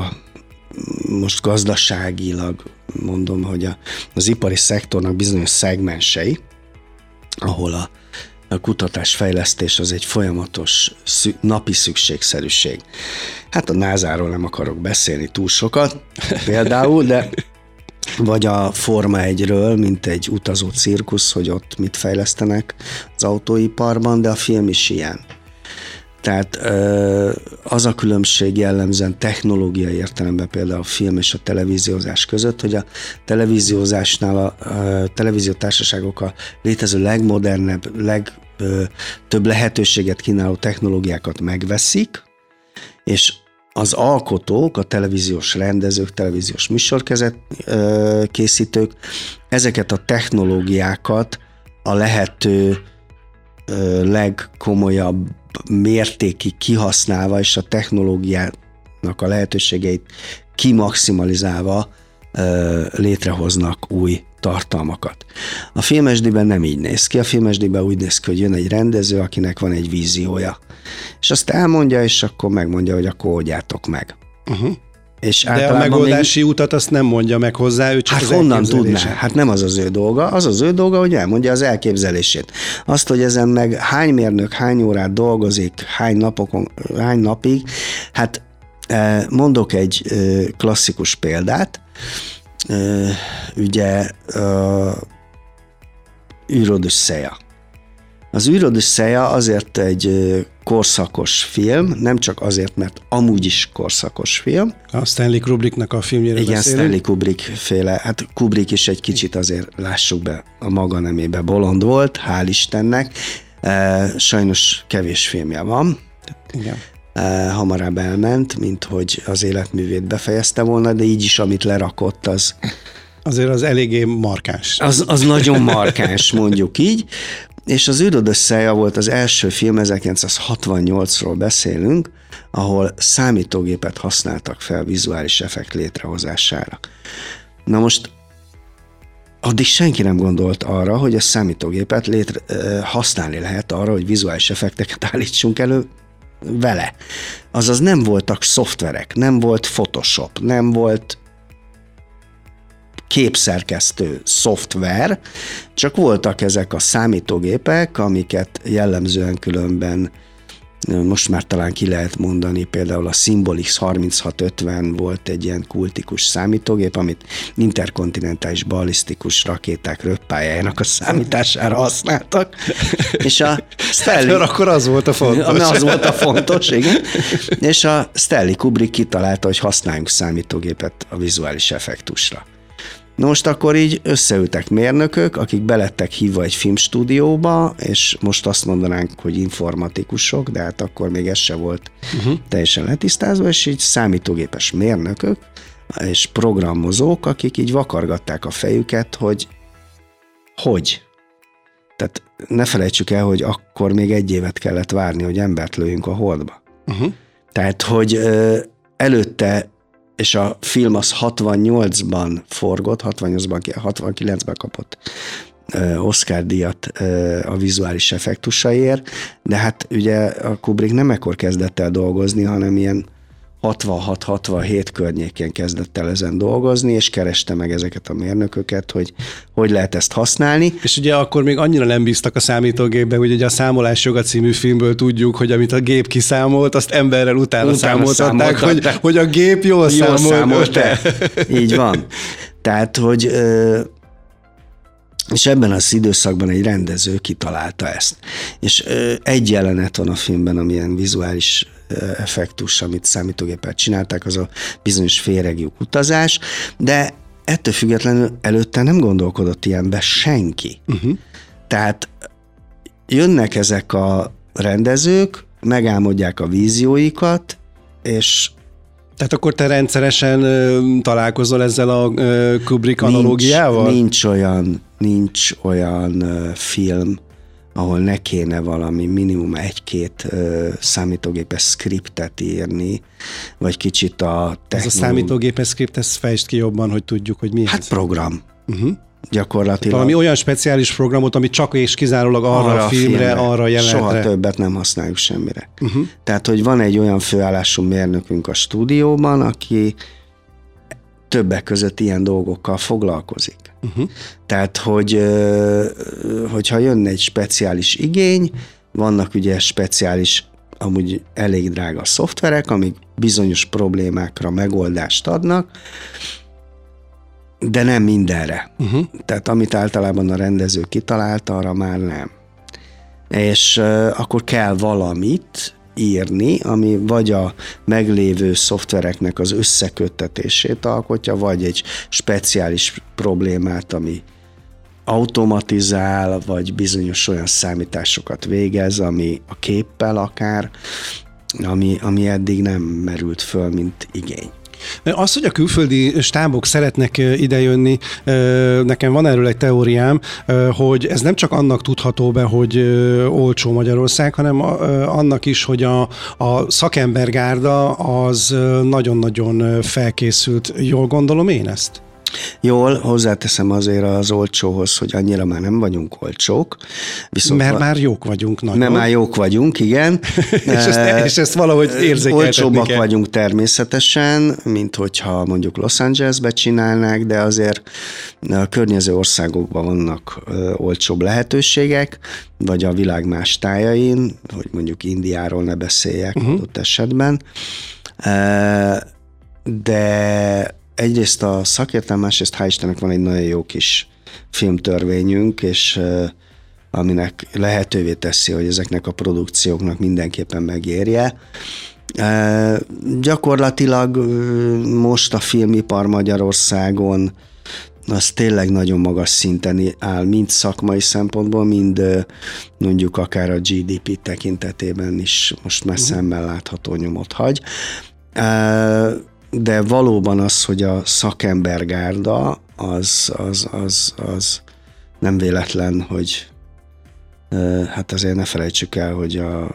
most gazdaságilag mondom, hogy az ipari szektornak bizonyos szegmensei, ahol a kutatásfejlesztés az egy folyamatos napi szükségszerűség. Hát a NASA-ról nem akarok beszélni túl sokat, például, de vagy a Forma 1-ről, mint egy utazó cirkusz, hogy ott mit fejlesztenek az autóiparban, de a film is ilyen. Tehát az a különbség jellemzően technológiai értelemben például a film és a televíziózás között, hogy a televíziózásnál a televíziótársaságok a létező legmodernebb, legtöbb lehetőséget kínáló technológiákat megveszik, és az alkotók, a televíziós rendezők, televíziós műsorkészítők ezeket a technológiákat a lehető legkomolyabb mértékig kihasználva, és a technológiának a lehetőségeit kimaximalizálva létrehoznak új tartalmakat. A filmesdében nem így néz ki. A filmesdében úgy néz ki, hogy jön egy rendező, akinek van egy víziója. És azt elmondja, és akkor megmondja, hogy akkor oldjátok meg. És de a megoldási utat azt nem mondja meg hozzá, ő csak hát az honnan tudná? Hát nem az az ő dolga. Az az ő dolga, hogy elmondja az elképzelését. Azt, hogy ezen meg hány mérnök, hány órát dolgozik, hány napig, hát mondok egy klasszikus példát. Ugye űrodüsszeja. Az űrodüsszeja azért egy korszakos film, nem csak azért, mert amúgy is korszakos film. A Stanley Kubricknak a filmjéről igen, beszélünk. Stanley Kubrick féle, hát Kubrick is egy kicsit azért lássuk be, a maga nemébe bolond volt, hál' Istennek. Sajnos kevés filmje van. Igen. Hamarabb elment, mint hogy az életművét befejezte volna, de így is, amit lerakott, az... Azért az eléggé markáns. Az nagyon markáns, mondjuk így. És az űrodüsszeja volt az első film, 1968-ról beszélünk, ahol számítógépet használtak fel vizuális effekt létrehozására. Na most addig senki nem gondolt arra, hogy a számítógépet használni lehet arra, hogy vizuális effekteket állítsunk elő vele. Azaz nem voltak szoftverek, nem volt Photoshop, nem volt képszerkesztő szoftver, csak voltak ezek a számítógépek, amiket jellemzően különben most már talán ki lehet mondani, például a Symbolix 3650 volt egy ilyen kultikus számítógép, amit interkontinentális ballisztikus rakéták röppályájának a számítására használtak. És a Stanley... Hát, akkor az volt a fontos. Az volt a fontos, igen. És a Stanley Kubrick kitalálta, hogy használjunk számítógépet a vizuális effektusra. Na most akkor így összeültek mérnökök, akik belettek hívva egy filmstúdióba, és most azt mondanánk, hogy informatikusok, de hát akkor még ez se volt teljesen letisztázva, és így számítógépes mérnökök és programozók, akik így vakargatták a fejüket, hogy. Tehát ne felejtsük el, hogy akkor még egy évet kellett várni, hogy embert lőjünk a Holdba. Tehát, hogy előtte, és a film az 68-ban forgott, 69-ben kapott Oscar-díjat a vizuális effektusaiért, de hát ugye a Kubrick nem ekkor kezdett el dolgozni, hanem ilyen 66-67 környékén kezdett el ezen dolgozni, és kereste meg ezeket a mérnököket, hogy lehet ezt használni. És ugye akkor még annyira nem bíztak a számítógépbe, hogy ugye a Számolás joga című filmből tudjuk, hogy amit a gép kiszámolt, azt emberrel utána számoltatták, hogy a gép jól számolt. Így van. Tehát, hogy és ebben az időszakban egy rendező kitalálta ezt. És egy jelenet van a filmben, amilyen vizuális effektus, amit számítógéppel csinálták, az a bizonyos féreglyúk utazás, de ettől függetlenül előtte nem gondolkodott ilyenbe senki. Tehát jönnek ezek a rendezők, megálmodják a vízióikat, és tehát akkor te rendszeresen találkozol ezzel a Kubrick analógiával? Nincs olyan film, ahol ne kéne valami minimum 1-2 számítógépes skriptet írni, vagy kicsit a Ez a számítógépes skript, ezt fejtsd ki jobban, hogy tudjuk, hogy mi ez. Hát program. Gyakorlatilag. Valami olyan speciális programot, ami csak és kizárólag arra a filmre, arra a jelenetre. Soha többet nem használjuk semmire. Tehát, hogy van egy olyan főállású mérnökünk a stúdióban, aki többek között ilyen dolgokkal foglalkozik. Tehát, hogyha jönne egy speciális igény, vannak ugye speciális, amúgy elég drága szoftverek, amik bizonyos problémákra megoldást adnak, de nem mindenre. Tehát amit általában a rendező kitalált, arra már nem. És akkor kell valamit írni, ami vagy a meglévő szoftvereknek az összeköttetését alkotja, vagy egy speciális problémát, ami automatizál, vagy bizonyos olyan számításokat végez, ami a képpel akár, ami eddig nem merült föl, mint igény. Az, hogy a külföldi stábok szeretnek idejönni, nekem van erről egy teóriám, hogy ez nem csak annak tudható be, hogy olcsó Magyarország, hanem annak is, hogy a szakembergárda az nagyon-nagyon felkészült. Jól gondolom én ezt? Jól, hozzáteszem azért az olcsóhoz, hogy annyira már nem vagyunk olcsók. Mert már jók vagyunk nagyon. Mert már jók vagyunk, igen. és ezt valahogy érzékeltetni olcsóbbak kell. vagyunk természetesen, mint hogyha mondjuk Los Angelesbe csinálnák, de azért a környező országokban vannak olcsóbb lehetőségek, vagy a világ más tájain, hogy mondjuk Indiáról ne beszéljek adott esetben. De egyrészt a szakértelem, másrészt hál' Istennek van egy nagyon jó kis filmtörvényünk, és aminek lehetővé teszi, hogy ezeknek a produkcióknak mindenképpen megérje. Gyakorlatilag most a filmipar Magyarországon az tényleg nagyon magas szinten áll, mind szakmai szempontból, mind mondjuk akár a GDP tekintetében is most már szemmel látható nyomot hagy. De valóban az, hogy a szakembergárda az nem véletlen, hogy hát azért ne felejtsük el, hogy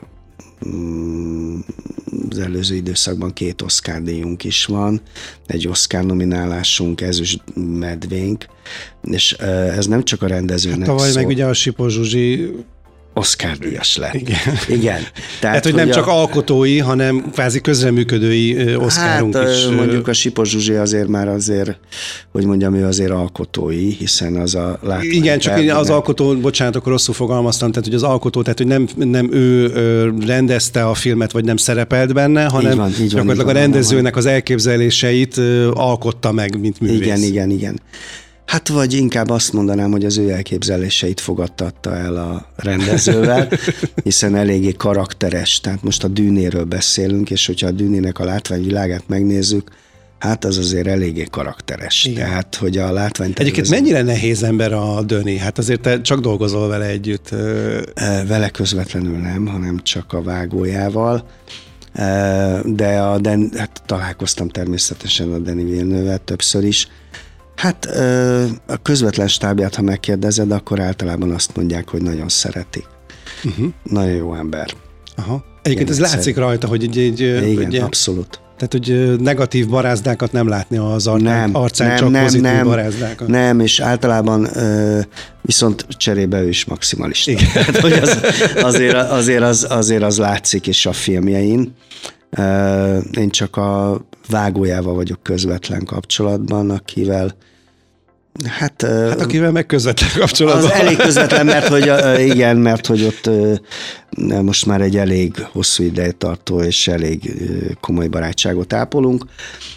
az előző időszakban 2 Oscar-díjunk is van, egy Oscar nominálásunk, ezüst medvénk, és ez nem csak a rendezőnek hát tavaly meg ugye a Sipos Zsuzsi Oscar-díjas lett. Igen. Tehát, hogy nem csak alkotói, hanem kvázi közreműködői Oscarunk is. Mondjuk a Sipos Zsuzsi hogy mondjam, ő azért alkotói, hiszen az a látvány. Igen, csak az alkotó, bocsánat, akkor rosszul fogalmaztam, tehát hogy az alkotó, tehát hogy nem ő rendezte a filmet, vagy nem szerepelt benne, hanem gyakorlatilag a rendezőnek az elképzeléseit alkotta meg, mint művész. Igen. Hát vagy inkább azt mondanám, hogy az ő elképzeléseit fogadtatta el a rendezővel, hiszen eléggé karakteres, tehát most a Dűnéről beszélünk, és hogyha a Dűnének a látványvilágát megnézzük, hát az azért eléggé karakteres. Igen. Tehát, hogy a látványtervező... Egyébként mennyire nehéz ember a Döni? Hát azért te csak dolgozol vele együtt. Vele közvetlenül nem, hanem csak a vágójával. De hát találkoztam természetesen a Denis Villeneuve-vel többször is. Hát a közvetlen stábját, ha megkérdezed, akkor általában azt mondják, hogy nagyon szeretik. Nagyon jó ember. Aha. Egyébként ez látszik rajta, hogy igen, abszolút. Tehát, hogy negatív barázdákat nem látni az arcán, csak pozitív barázdákat. Nem, és általában viszont cserébe ő is maximalista. Tehát, hogy azért az látszik is a filmjein. Én csak a vágójával vagyok közvetlen kapcsolatban, akivel akivel meg közvetlen kapcsolatban. Az elég közvetlen, mert hogy ott most már egy elég hosszú ideje tartó és elég komoly barátságot ápolunk.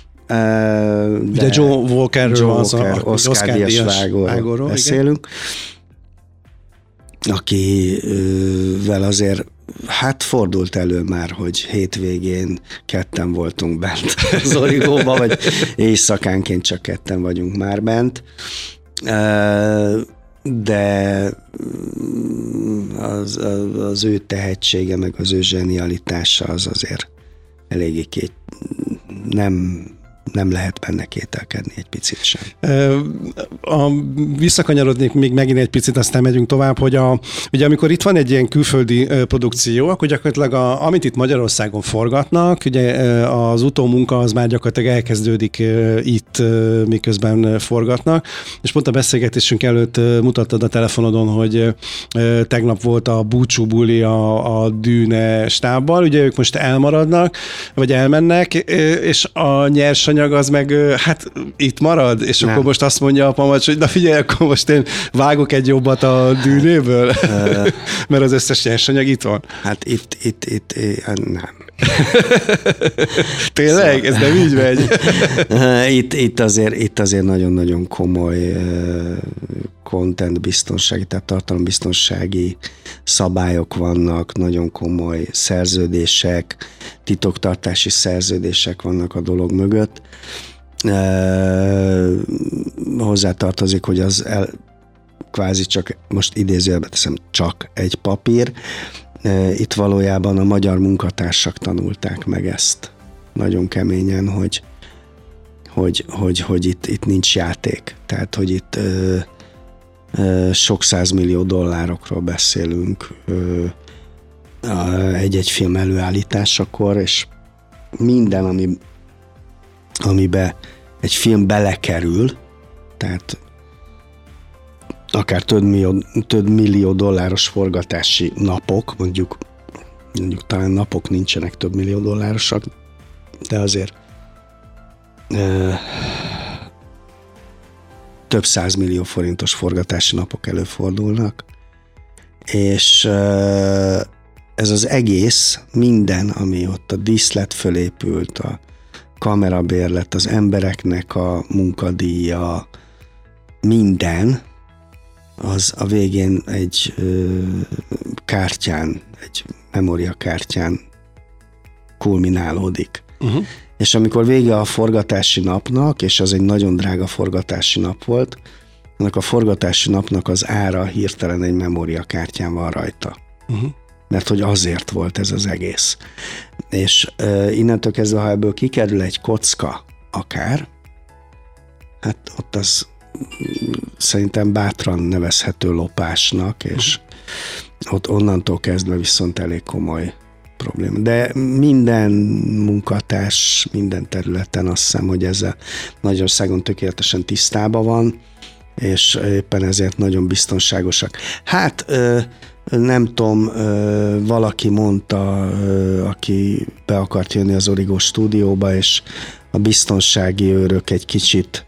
De Joe Walkerről van szó, Oscar-díjas vágóról beszélünk, akivel azért fordult elő már, hogy hétvégén ketten voltunk bent az Origóba, vagy éjszakánként csak ketten vagyunk már bent, de az ő tehetsége, meg az ő zsenialitása az azért eléggé nem lehet benne kételkedni egy picit sem. Visszakanyarodnék még megint egy picit, aztán megyünk tovább, hogy ugye amikor itt van egy ilyen külföldi produkció, akkor gyakorlatilag amit itt Magyarországon forgatnak, ugye az utómunka az már gyakorlatilag elkezdődik itt, miközben forgatnak, és pont a beszélgetésünk előtt mutattad a telefonodon, hogy tegnap volt a búcsú buli a Dűne stábbal, ugye ők most elmaradnak, vagy elmennek, és a nyersanyag az meg itt marad, és akkor most azt mondja a pamacs, hogy na figyelj, akkor most én vágok egy jobbat a Dűnéből, mert az összes nyersanyag itt van. Itt nem. Tényleg? Ez nem így megy? Itt azért nagyon-nagyon komoly content biztonsági, tehát tartalombiztonsági szabályok vannak, nagyon komoly szerződések, titoktartási szerződések vannak a dolog mögött. Hozzátartozik, hogy kvázi csak, most idézőjelbe teszem, csak egy papír. Itt valójában a magyar munkatársak tanulták meg ezt nagyon keményen, hogy itt nincs játék. Tehát, hogy itt sok $100 millió beszélünk egy-egy film előállításakor, és minden, amibe egy film belekerül, tehát akár több millió dolláros forgatási napok, mondjuk talán napok nincsenek több millió dollárosak, de azért több $100 millió forgatási napok előfordulnak, és ez az egész, minden, ami ott a díszlet fölépült, a kamerabérlet, az embereknek a munkadíja, minden, az a végén egy kártyán, egy memóriakártyán kulminálódik. Uh-huh. És amikor vége a forgatási napnak, és az egy nagyon drága forgatási nap volt, annak a forgatási napnak az ára hirtelen egy memóriakártyán van rajta. Uh-huh. Mert hogy azért volt ez az egész. És innentől kezdve, ha ebből kikerül egy kocka akár, hát ott az szerintem bátran nevezhető lopásnak, és ott onnantól kezdve viszont elég komoly probléma. De minden munkatárs, minden területen azt hiszem, hogy ezzel Magyarországon tökéletesen tisztában van, és éppen ezért nagyon biztonságosak. Hát nem tudom, valaki mondta, aki be akart jönni az Origo stúdióba, és a biztonsági őrök egy kicsit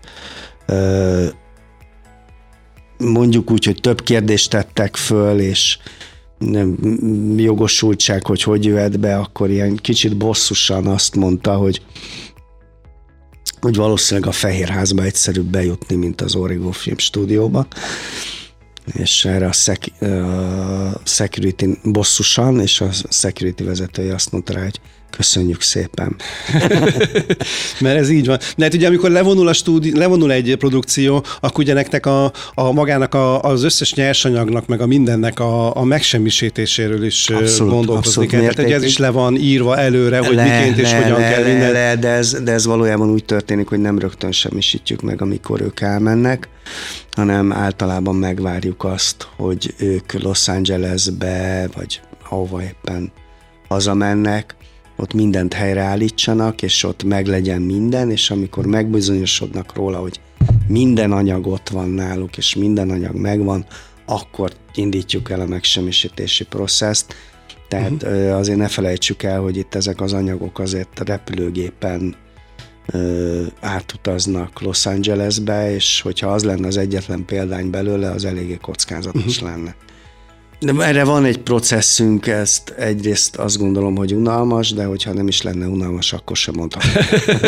mondjuk úgy, hogy több kérdést tettek föl, és nem jogosultság, hogy jöhet be, akkor ilyen kicsit bosszusan azt mondta, hogy valószínűleg a Fehérházba egyszerűbb bejutni, mint az Origo Film stúdióba. És erre a security bosszusan, és a security vezetője azt mondta rá, hogy köszönjük szépen. Mert ez így van. De hát ugye amikor levonul egy produkció, akkor ugye nektek magának az összes nyersanyagnak, meg a mindennek a megsemmisítéséről is gondolkozni kell. Tehát ez is le van írva előre, hogy miként és hogyan kell minden. De ez valójában úgy történik, hogy nem rögtön semmisítjük meg, amikor ők elmennek, hanem általában megvárjuk azt, hogy ők Los Angelesbe, vagy ahova éppen hazamennek, ott mindent helyreállítsanak, és ott meglegyen minden, és amikor megbizonyosodnak róla, hogy minden anyag ott van náluk, és minden anyag megvan, akkor indítjuk el a megsemmisítési processzt, Tehát azért ne felejtsük el, hogy itt ezek az anyagok azért repülőgépen átutaznak Los Angelesbe, és hogyha az lenne az egyetlen példány belőle, az eléggé kockázatos lenne. De erre van egy processzünk, ezt egyrészt azt gondolom, hogy unalmas, de hogyha nem is lenne unalmas, akkor sem mondhatom.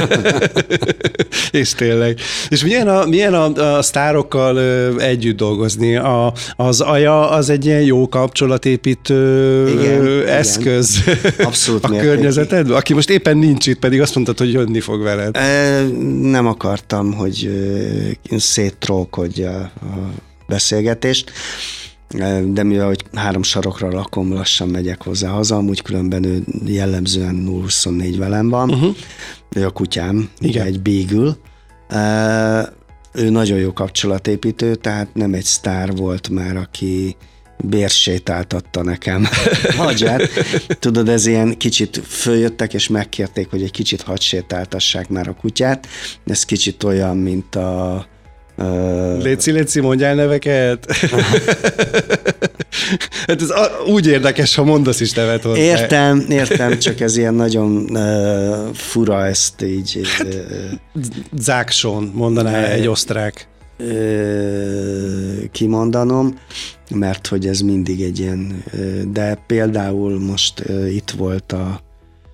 És tényleg. És milyen a sztárokkal együtt dolgozni? Az AJA az egy ilyen jó kapcsolatépítő eszköz Abszolút a környezetedben? Aki most éppen nincs itt, pedig azt mondtad, hogy jönni fog veled. Nem akartam, hogy széttrolkodja a beszélgetést, de mivel, hogy 3 sarokra lakom, lassan megyek hozzá haza, amúgy különben ő jellemzően 0-24 velem van. Ő a kutyám, igen. Egy beagle. Ő nagyon jó kapcsolatépítő, tehát nem egy sztár volt már, aki bérsétáltatta nekem Hadzsát. Tudod, ez ilyen kicsit följöttek, és megkérték, hogy egy kicsit hadd sétáltassák már a kutyát. Ez kicsit olyan, mint a Léci, mondjál neveket. Hát ez úgy érdekes, ha mondasz is nevet hozzá. Értem, csak ez ilyen nagyon fura ezt így. Zákson mondaná egy osztrák. Kimondanom, mert hogy ez mindig egy ilyen, de például most itt volt a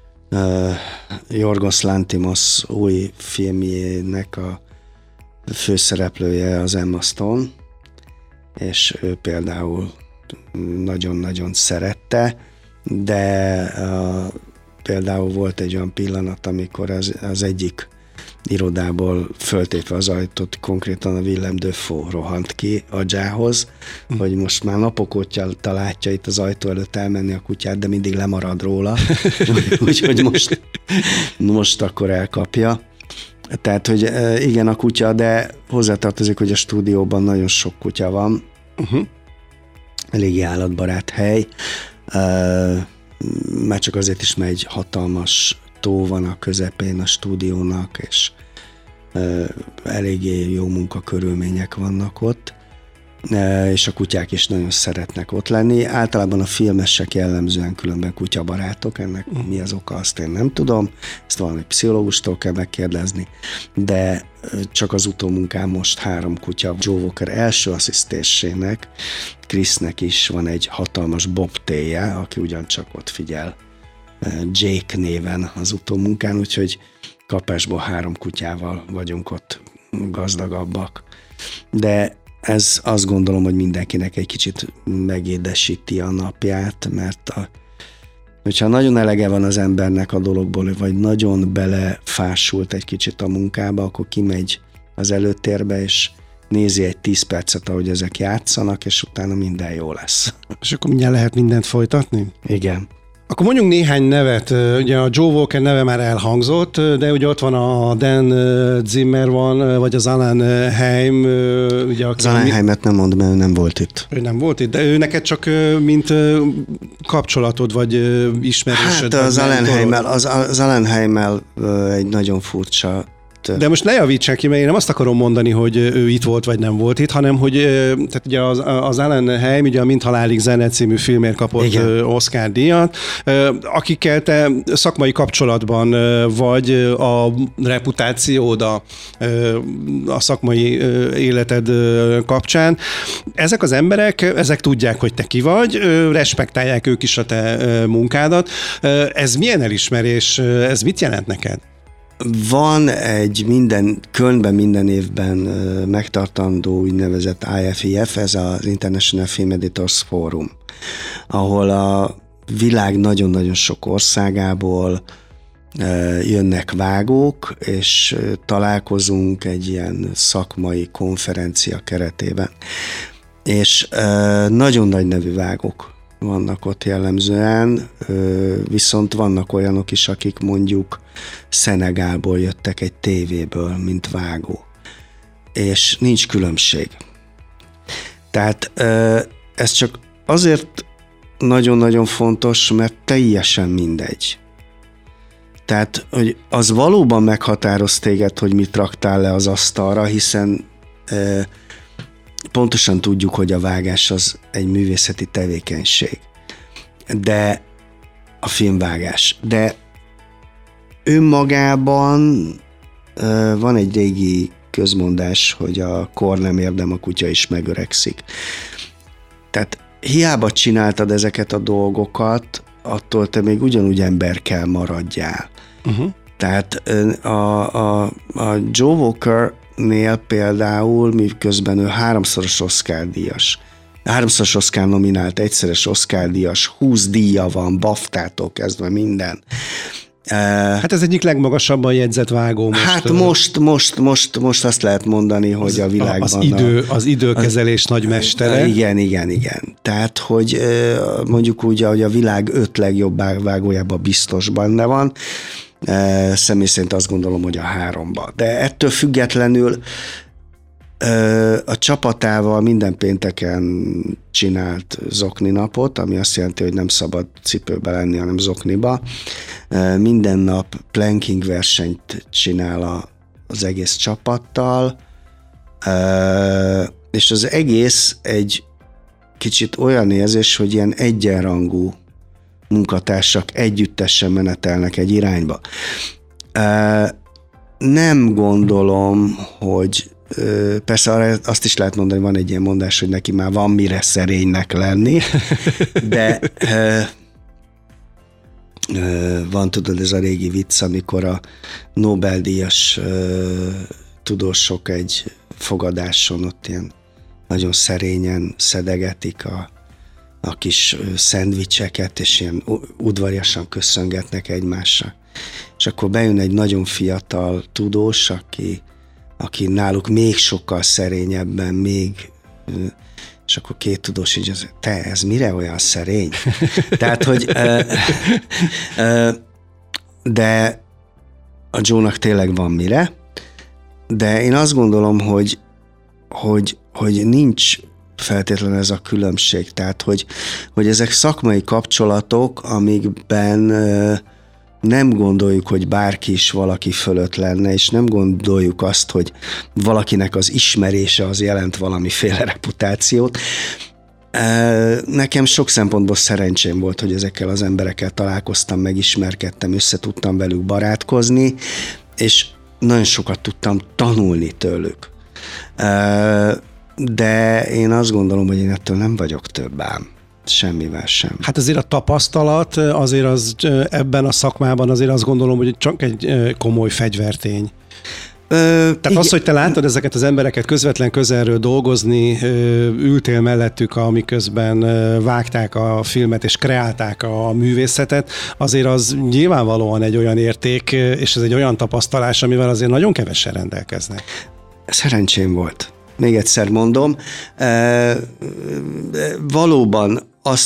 Yorgos Lanthimos új filmjének a főszereplője az Emma Stone, és ő például nagyon-nagyon szerette, de például volt egy olyan pillanat, amikor az egyik irodából föltépve az ajtót, konkrétan a Willem Dafoe rohant ki Hadzsához, hogy most már napok óta látja itt az ajtó előtt elmenni a kutyát, de mindig lemarad róla, úgyhogy most akkor elkapja. Tehát, hogy igen, a kutya, de hozzátartozik, hogy a stúdióban nagyon sok kutya van. Eléggé állatbarát hely. Már csak azért is, mert egy hatalmas tó van a közepén a stúdiónak, és eléggé jó munkakörülmények vannak ott, és a kutyák is nagyon szeretnek ott lenni. Általában a filmesek jellemzően különben kutyabarátok, ennek mi az oka, azt én nem tudom, ezt valami pszichológustól kell megkérdezni, de csak az utómunkám most 3 kutya. Joe Walker első asszisztensének, Chrisnek is van egy hatalmas bobtailje, aki ugyancsak ott figyel Jake néven az utómunkán, úgyhogy kapásból 3 kutyával vagyunk ott gazdagabbak. De ez azt gondolom, hogy mindenkinek egy kicsit megédesíti a napját, mert hogyha nagyon elege van az embernek a dologból, vagy nagyon belefásult egy kicsit a munkába, akkor kimegy az előtérbe, és nézi egy 10 percet, ahogy ezek játszanak, és utána minden jó lesz. És akkor mindjárt lehet mindent folytatni? Igen. Akkor mondjunk néhány nevet. Ugye a Joe Walker neve már elhangzott, de ugye ott van a Dan Zimmer van, vagy az Alan Haim. Ugye az Alan Haimet nem mondom, mert ő nem volt itt. Ő nem volt itt, de ő neked csak mint kapcsolatod, vagy ismerősöd. Hát az Alan Haimmel egy nagyon furcsa. De most ne javítsák ki, mert én nem azt akarom mondani, hogy ő itt volt, vagy nem volt itt, hanem hogy tehát ugye az Alan Haim ugye a Mint halálig zene című filmért kapott Oscar-díjat, akikkel te szakmai kapcsolatban vagy, a reputációd, a szakmai életed kapcsán. Ezek az emberek, ezek tudják, hogy te ki vagy, respektálják ők is a te munkádat. Ez milyen elismerés, ez mit jelent neked? Van egy Kölnben minden évben megtartandó úgynevezett IFEF, ez az International Film Editors Forum, ahol a világ nagyon-nagyon sok országából jönnek vágók, és találkozunk egy ilyen szakmai konferencia keretében. És nagyon nagy nevű vágók vannak ott jellemzően, viszont vannak olyanok is, akik mondjuk Szenegálból jöttek egy tévéből, mint vágó. És nincs különbség. Tehát ez csak azért nagyon-nagyon fontos, mert teljesen mindegy. Tehát, hogy az valóban meghatároz téged, hogy mit raktál le az asztalra, hiszen pontosan tudjuk, hogy a vágás az egy művészeti tevékenység. De a filmvágás. De önmagában van egy régi közmondás, hogy a kor nem érdem, a kutya is megöregszik. Tehát hiába csináltad ezeket a dolgokat, attól te még ugyanúgy ember kell maradjál. Tehát a Joe Walker-nél például, miközben ő 3-szoros Oscar-díjas, 3-szoros Oscar nominált, egyszeres Oscar-díjas, 20 díja van, BAFTA-tól kezdve minden. Hát ez egyik legmagasabban jegyzett vágó most. Hát most azt lehet mondani, hogy a világban... Az időkezelés nagy mestere. Igen. Tehát, hogy mondjuk úgy, hogy a világ 5 legjobb vágójában biztos benne van, személy szerint azt gondolom, hogy a 3-ba. De ettől függetlenül a csapatával minden pénteken csinált zokni napot, ami azt jelenti, hogy nem szabad cipőbe lenni, hanem zokniba. Minden nap planking versenyt csinál az egész csapattal, és az egész egy kicsit olyan érzés, hogy ilyen egyenrangú munkatársak együttesen menetelnek egy irányba. Nem gondolom, hogy persze azt is lehet mondani, van egy ilyen mondás, hogy neki már van mire szerénynek lenni, de van, tudod, ez a régi vicc, amikor a Nobel-díjas tudósok egy fogadáson ott ilyen nagyon szerényen szedegetik a kis szendvicseket, és ilyen udvariasan köszöngetnek egymásra. És akkor bejön egy nagyon fiatal tudós, aki náluk még sokkal szerényebben, és akkor 2 tudós így, te, ez mire olyan szerény? Tehát, hogy de a Joe-nak tényleg van mire, de én azt gondolom, hogy nincs feltétlenül ez a különbség. Tehát, hogy ezek szakmai kapcsolatok, amikben nem gondoljuk, hogy bárki is valaki fölött lenne, és nem gondoljuk azt, hogy valakinek az ismerése az jelent valamiféle reputációt. Nekem sok szempontból szerencsém volt, hogy ezekkel az emberekkel találkoztam, megismerkedtem, össze tudtam velük barátkozni, és nagyon sokat tudtam tanulni tőlük. De én azt gondolom, hogy én ettől nem vagyok több ám. Semmivel sem. Hát azért a tapasztalat azért az ebben a szakmában azért azt gondolom, hogy csak egy komoly fegyvertény. Tehát igen. Az, hogy te láttad ezeket az embereket közvetlen közelről dolgozni, ültél mellettük, amiközben vágták a filmet és kreálták a művészetet, azért az nyilvánvalóan egy olyan érték, és ez egy olyan tapasztalás, amivel azért nagyon kevesen rendelkeznek. Szerencsém volt. Még egyszer mondom, valóban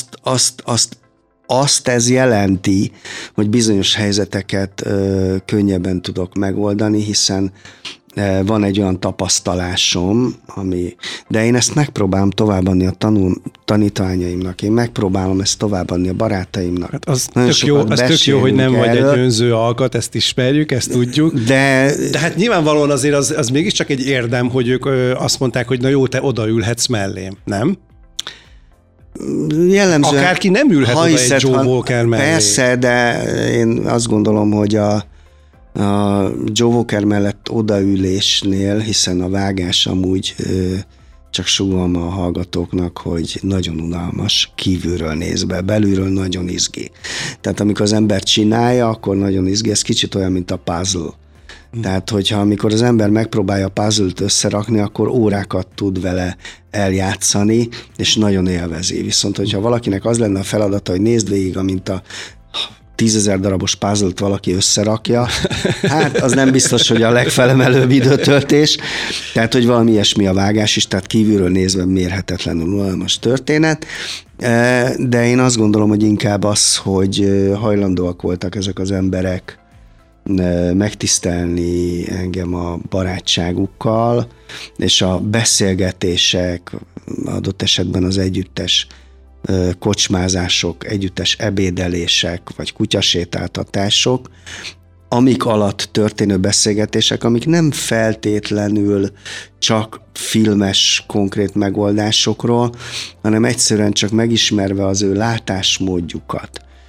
azt ez jelenti, hogy bizonyos helyzeteket könnyebben tudok megoldani, hiszen van egy olyan tapasztalásom, de én ezt megpróbálom továbbadni a tanítványaimnak, én megpróbálom ezt továbbadni a barátaimnak. Hát az tök jó, hogy nem vagy egy önző alkat, ezt ismerjük, ezt tudjuk. De hát nyilvánvalóan azért az mégiscsak egy érdem, hogy ők azt mondták, hogy na jó, te odaülhetsz mellém, nem? Jellemzően, akárki nem ülhet oda egy Joe Walker mellé. Persze, de én azt gondolom, hogy a Joe Walker mellett odaülésnél, hiszen a vágás amúgy csak sugom a hallgatóknak, hogy nagyon unalmas, kívülről nézve, belülről nagyon izgi. Tehát amikor az ember csinálja, akkor nagyon izgi, ez kicsit olyan, mint a puzzle. Tehát, hogyha amikor az ember megpróbálja a puzzle-t összerakni, akkor órákat tud vele eljátszani, és nagyon élvezi. Viszont, hogyha valakinek az lenne a feladata, hogy nézd végig, amint a 10 000 darabos puzzle-t valaki összerakja, hát az nem biztos, hogy a legfelemelőbb időtöltés. Tehát, hogy valami ilyesmi a vágás is, tehát kívülről nézve mérhetetlenül unalmas történet. De én azt gondolom, hogy inkább az, hogy hajlandóak voltak ezek az emberek megtisztelni engem a barátságukkal, és a beszélgetések, adott esetben az együttes kocsmázások, együttes ebédelések, vagy kutyasétáltatások, amik alatt történő beszélgetések, amik nem feltétlenül csak filmes, konkrét megoldásokról, hanem egyszerűen csak megismerve az ő látásmódjukat,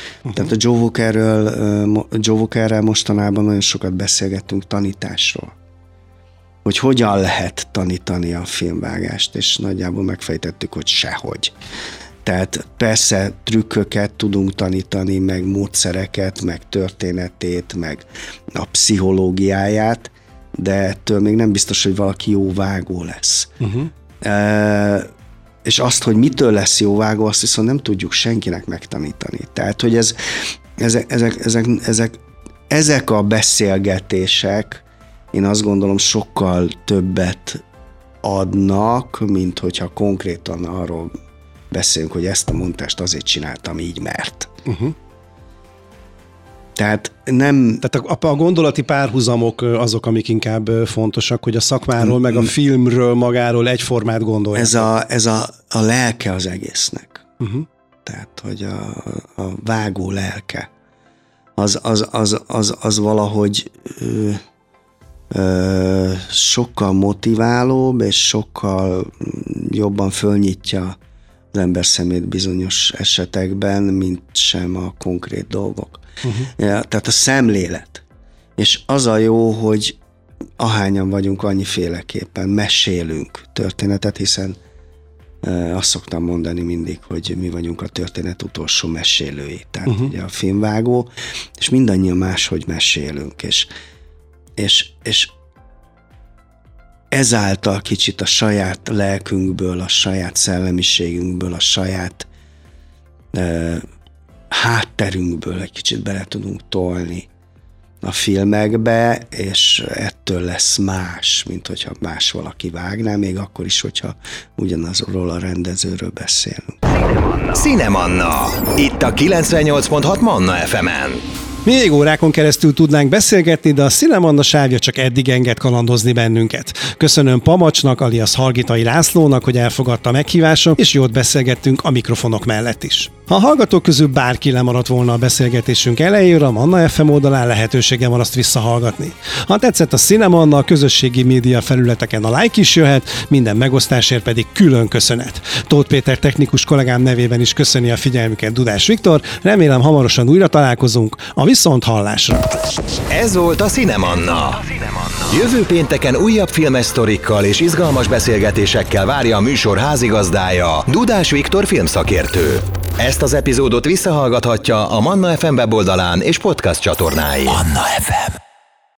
Tehát a Joe Walkerrel mostanában nagyon sokat beszélgettünk tanításról. Hogy hogyan lehet tanítani a filmvágást, és nagyjából megfejtettük, hogy sehogy. Tehát persze trükköket tudunk tanítani, meg módszereket, meg történetét, meg a pszichológiáját, de ettől még nem biztos, hogy valaki jó vágó lesz. És azt, hogy mitől lesz jó vágó, azt viszont nem tudjuk senkinek megtanítani. Tehát, hogy ezek a beszélgetések, én azt gondolom, sokkal többet adnak, mint hogyha konkrétan arról beszélünk, hogy ezt a montást azért csináltam így, mert. Tehát nem... Tehát a gondolati párhuzamok azok, amik inkább fontosak, hogy a szakmáról, meg a filmről magáról egyformát gondolják. Ez a lelke az egésznek. Tehát, hogy a vágó lelke. Az valahogy sokkal motiválóbb, és sokkal jobban fölnyitja az ember szemét bizonyos esetekben, mint sem a konkrét dolgok. Tehát a szemlélet. És az a jó, hogy ahányan vagyunk, annyiféleképpen mesélünk történetet, hiszen azt szoktam mondani mindig, hogy mi vagyunk a történet utolsó mesélői. Tehát ugye a filmvágó, és mindannyian máshogy mesélünk. És ezáltal kicsit a saját lelkünkből, a saját szellemiségünkből, a saját hátterünkből egy kicsit bele tudunk tolni a filmekbe, és ettől lesz más, mint hogyha más valaki vágná, még akkor is, hogyha ugyanazról a rendezőről beszélünk. Cinemanna. Itt a 98.6 Manna FM-en. Még órákon keresztül tudnánk beszélgetni, de a Cinemanna sávja csak eddig enged kalandozni bennünket. Köszönöm Pamacsnak, alias Hargitai Lászlónak, hogy elfogadta a meghívásom, és jót beszélgettünk a mikrofonok mellett is. Ha a hallgatók közül bárki lemaradt volna a beszélgetésünk elejéről, a Manna FM oldalán lehetősége van azt visszahallgatni. Ha tetszett a Cinemanna, a közösségi média felületeken a like is jöhet, minden megosztásért pedig külön köszönet. Tóth Péter technikus kollégám nevében is köszöni a figyelmüket Dudás Viktor, remélem hamarosan újra találkozunk, a viszonthallásra. Ez volt a Cinemanna. Jövő pénteken újabb filmes sztorikkal és izgalmas beszélgetésekkel várja a műsor házigazdája, Dudás Viktor filmszakértő. Ezt az epizódot visszahallgathatja a Manna FM weboldalán és podcast csatornáin. Manna FM.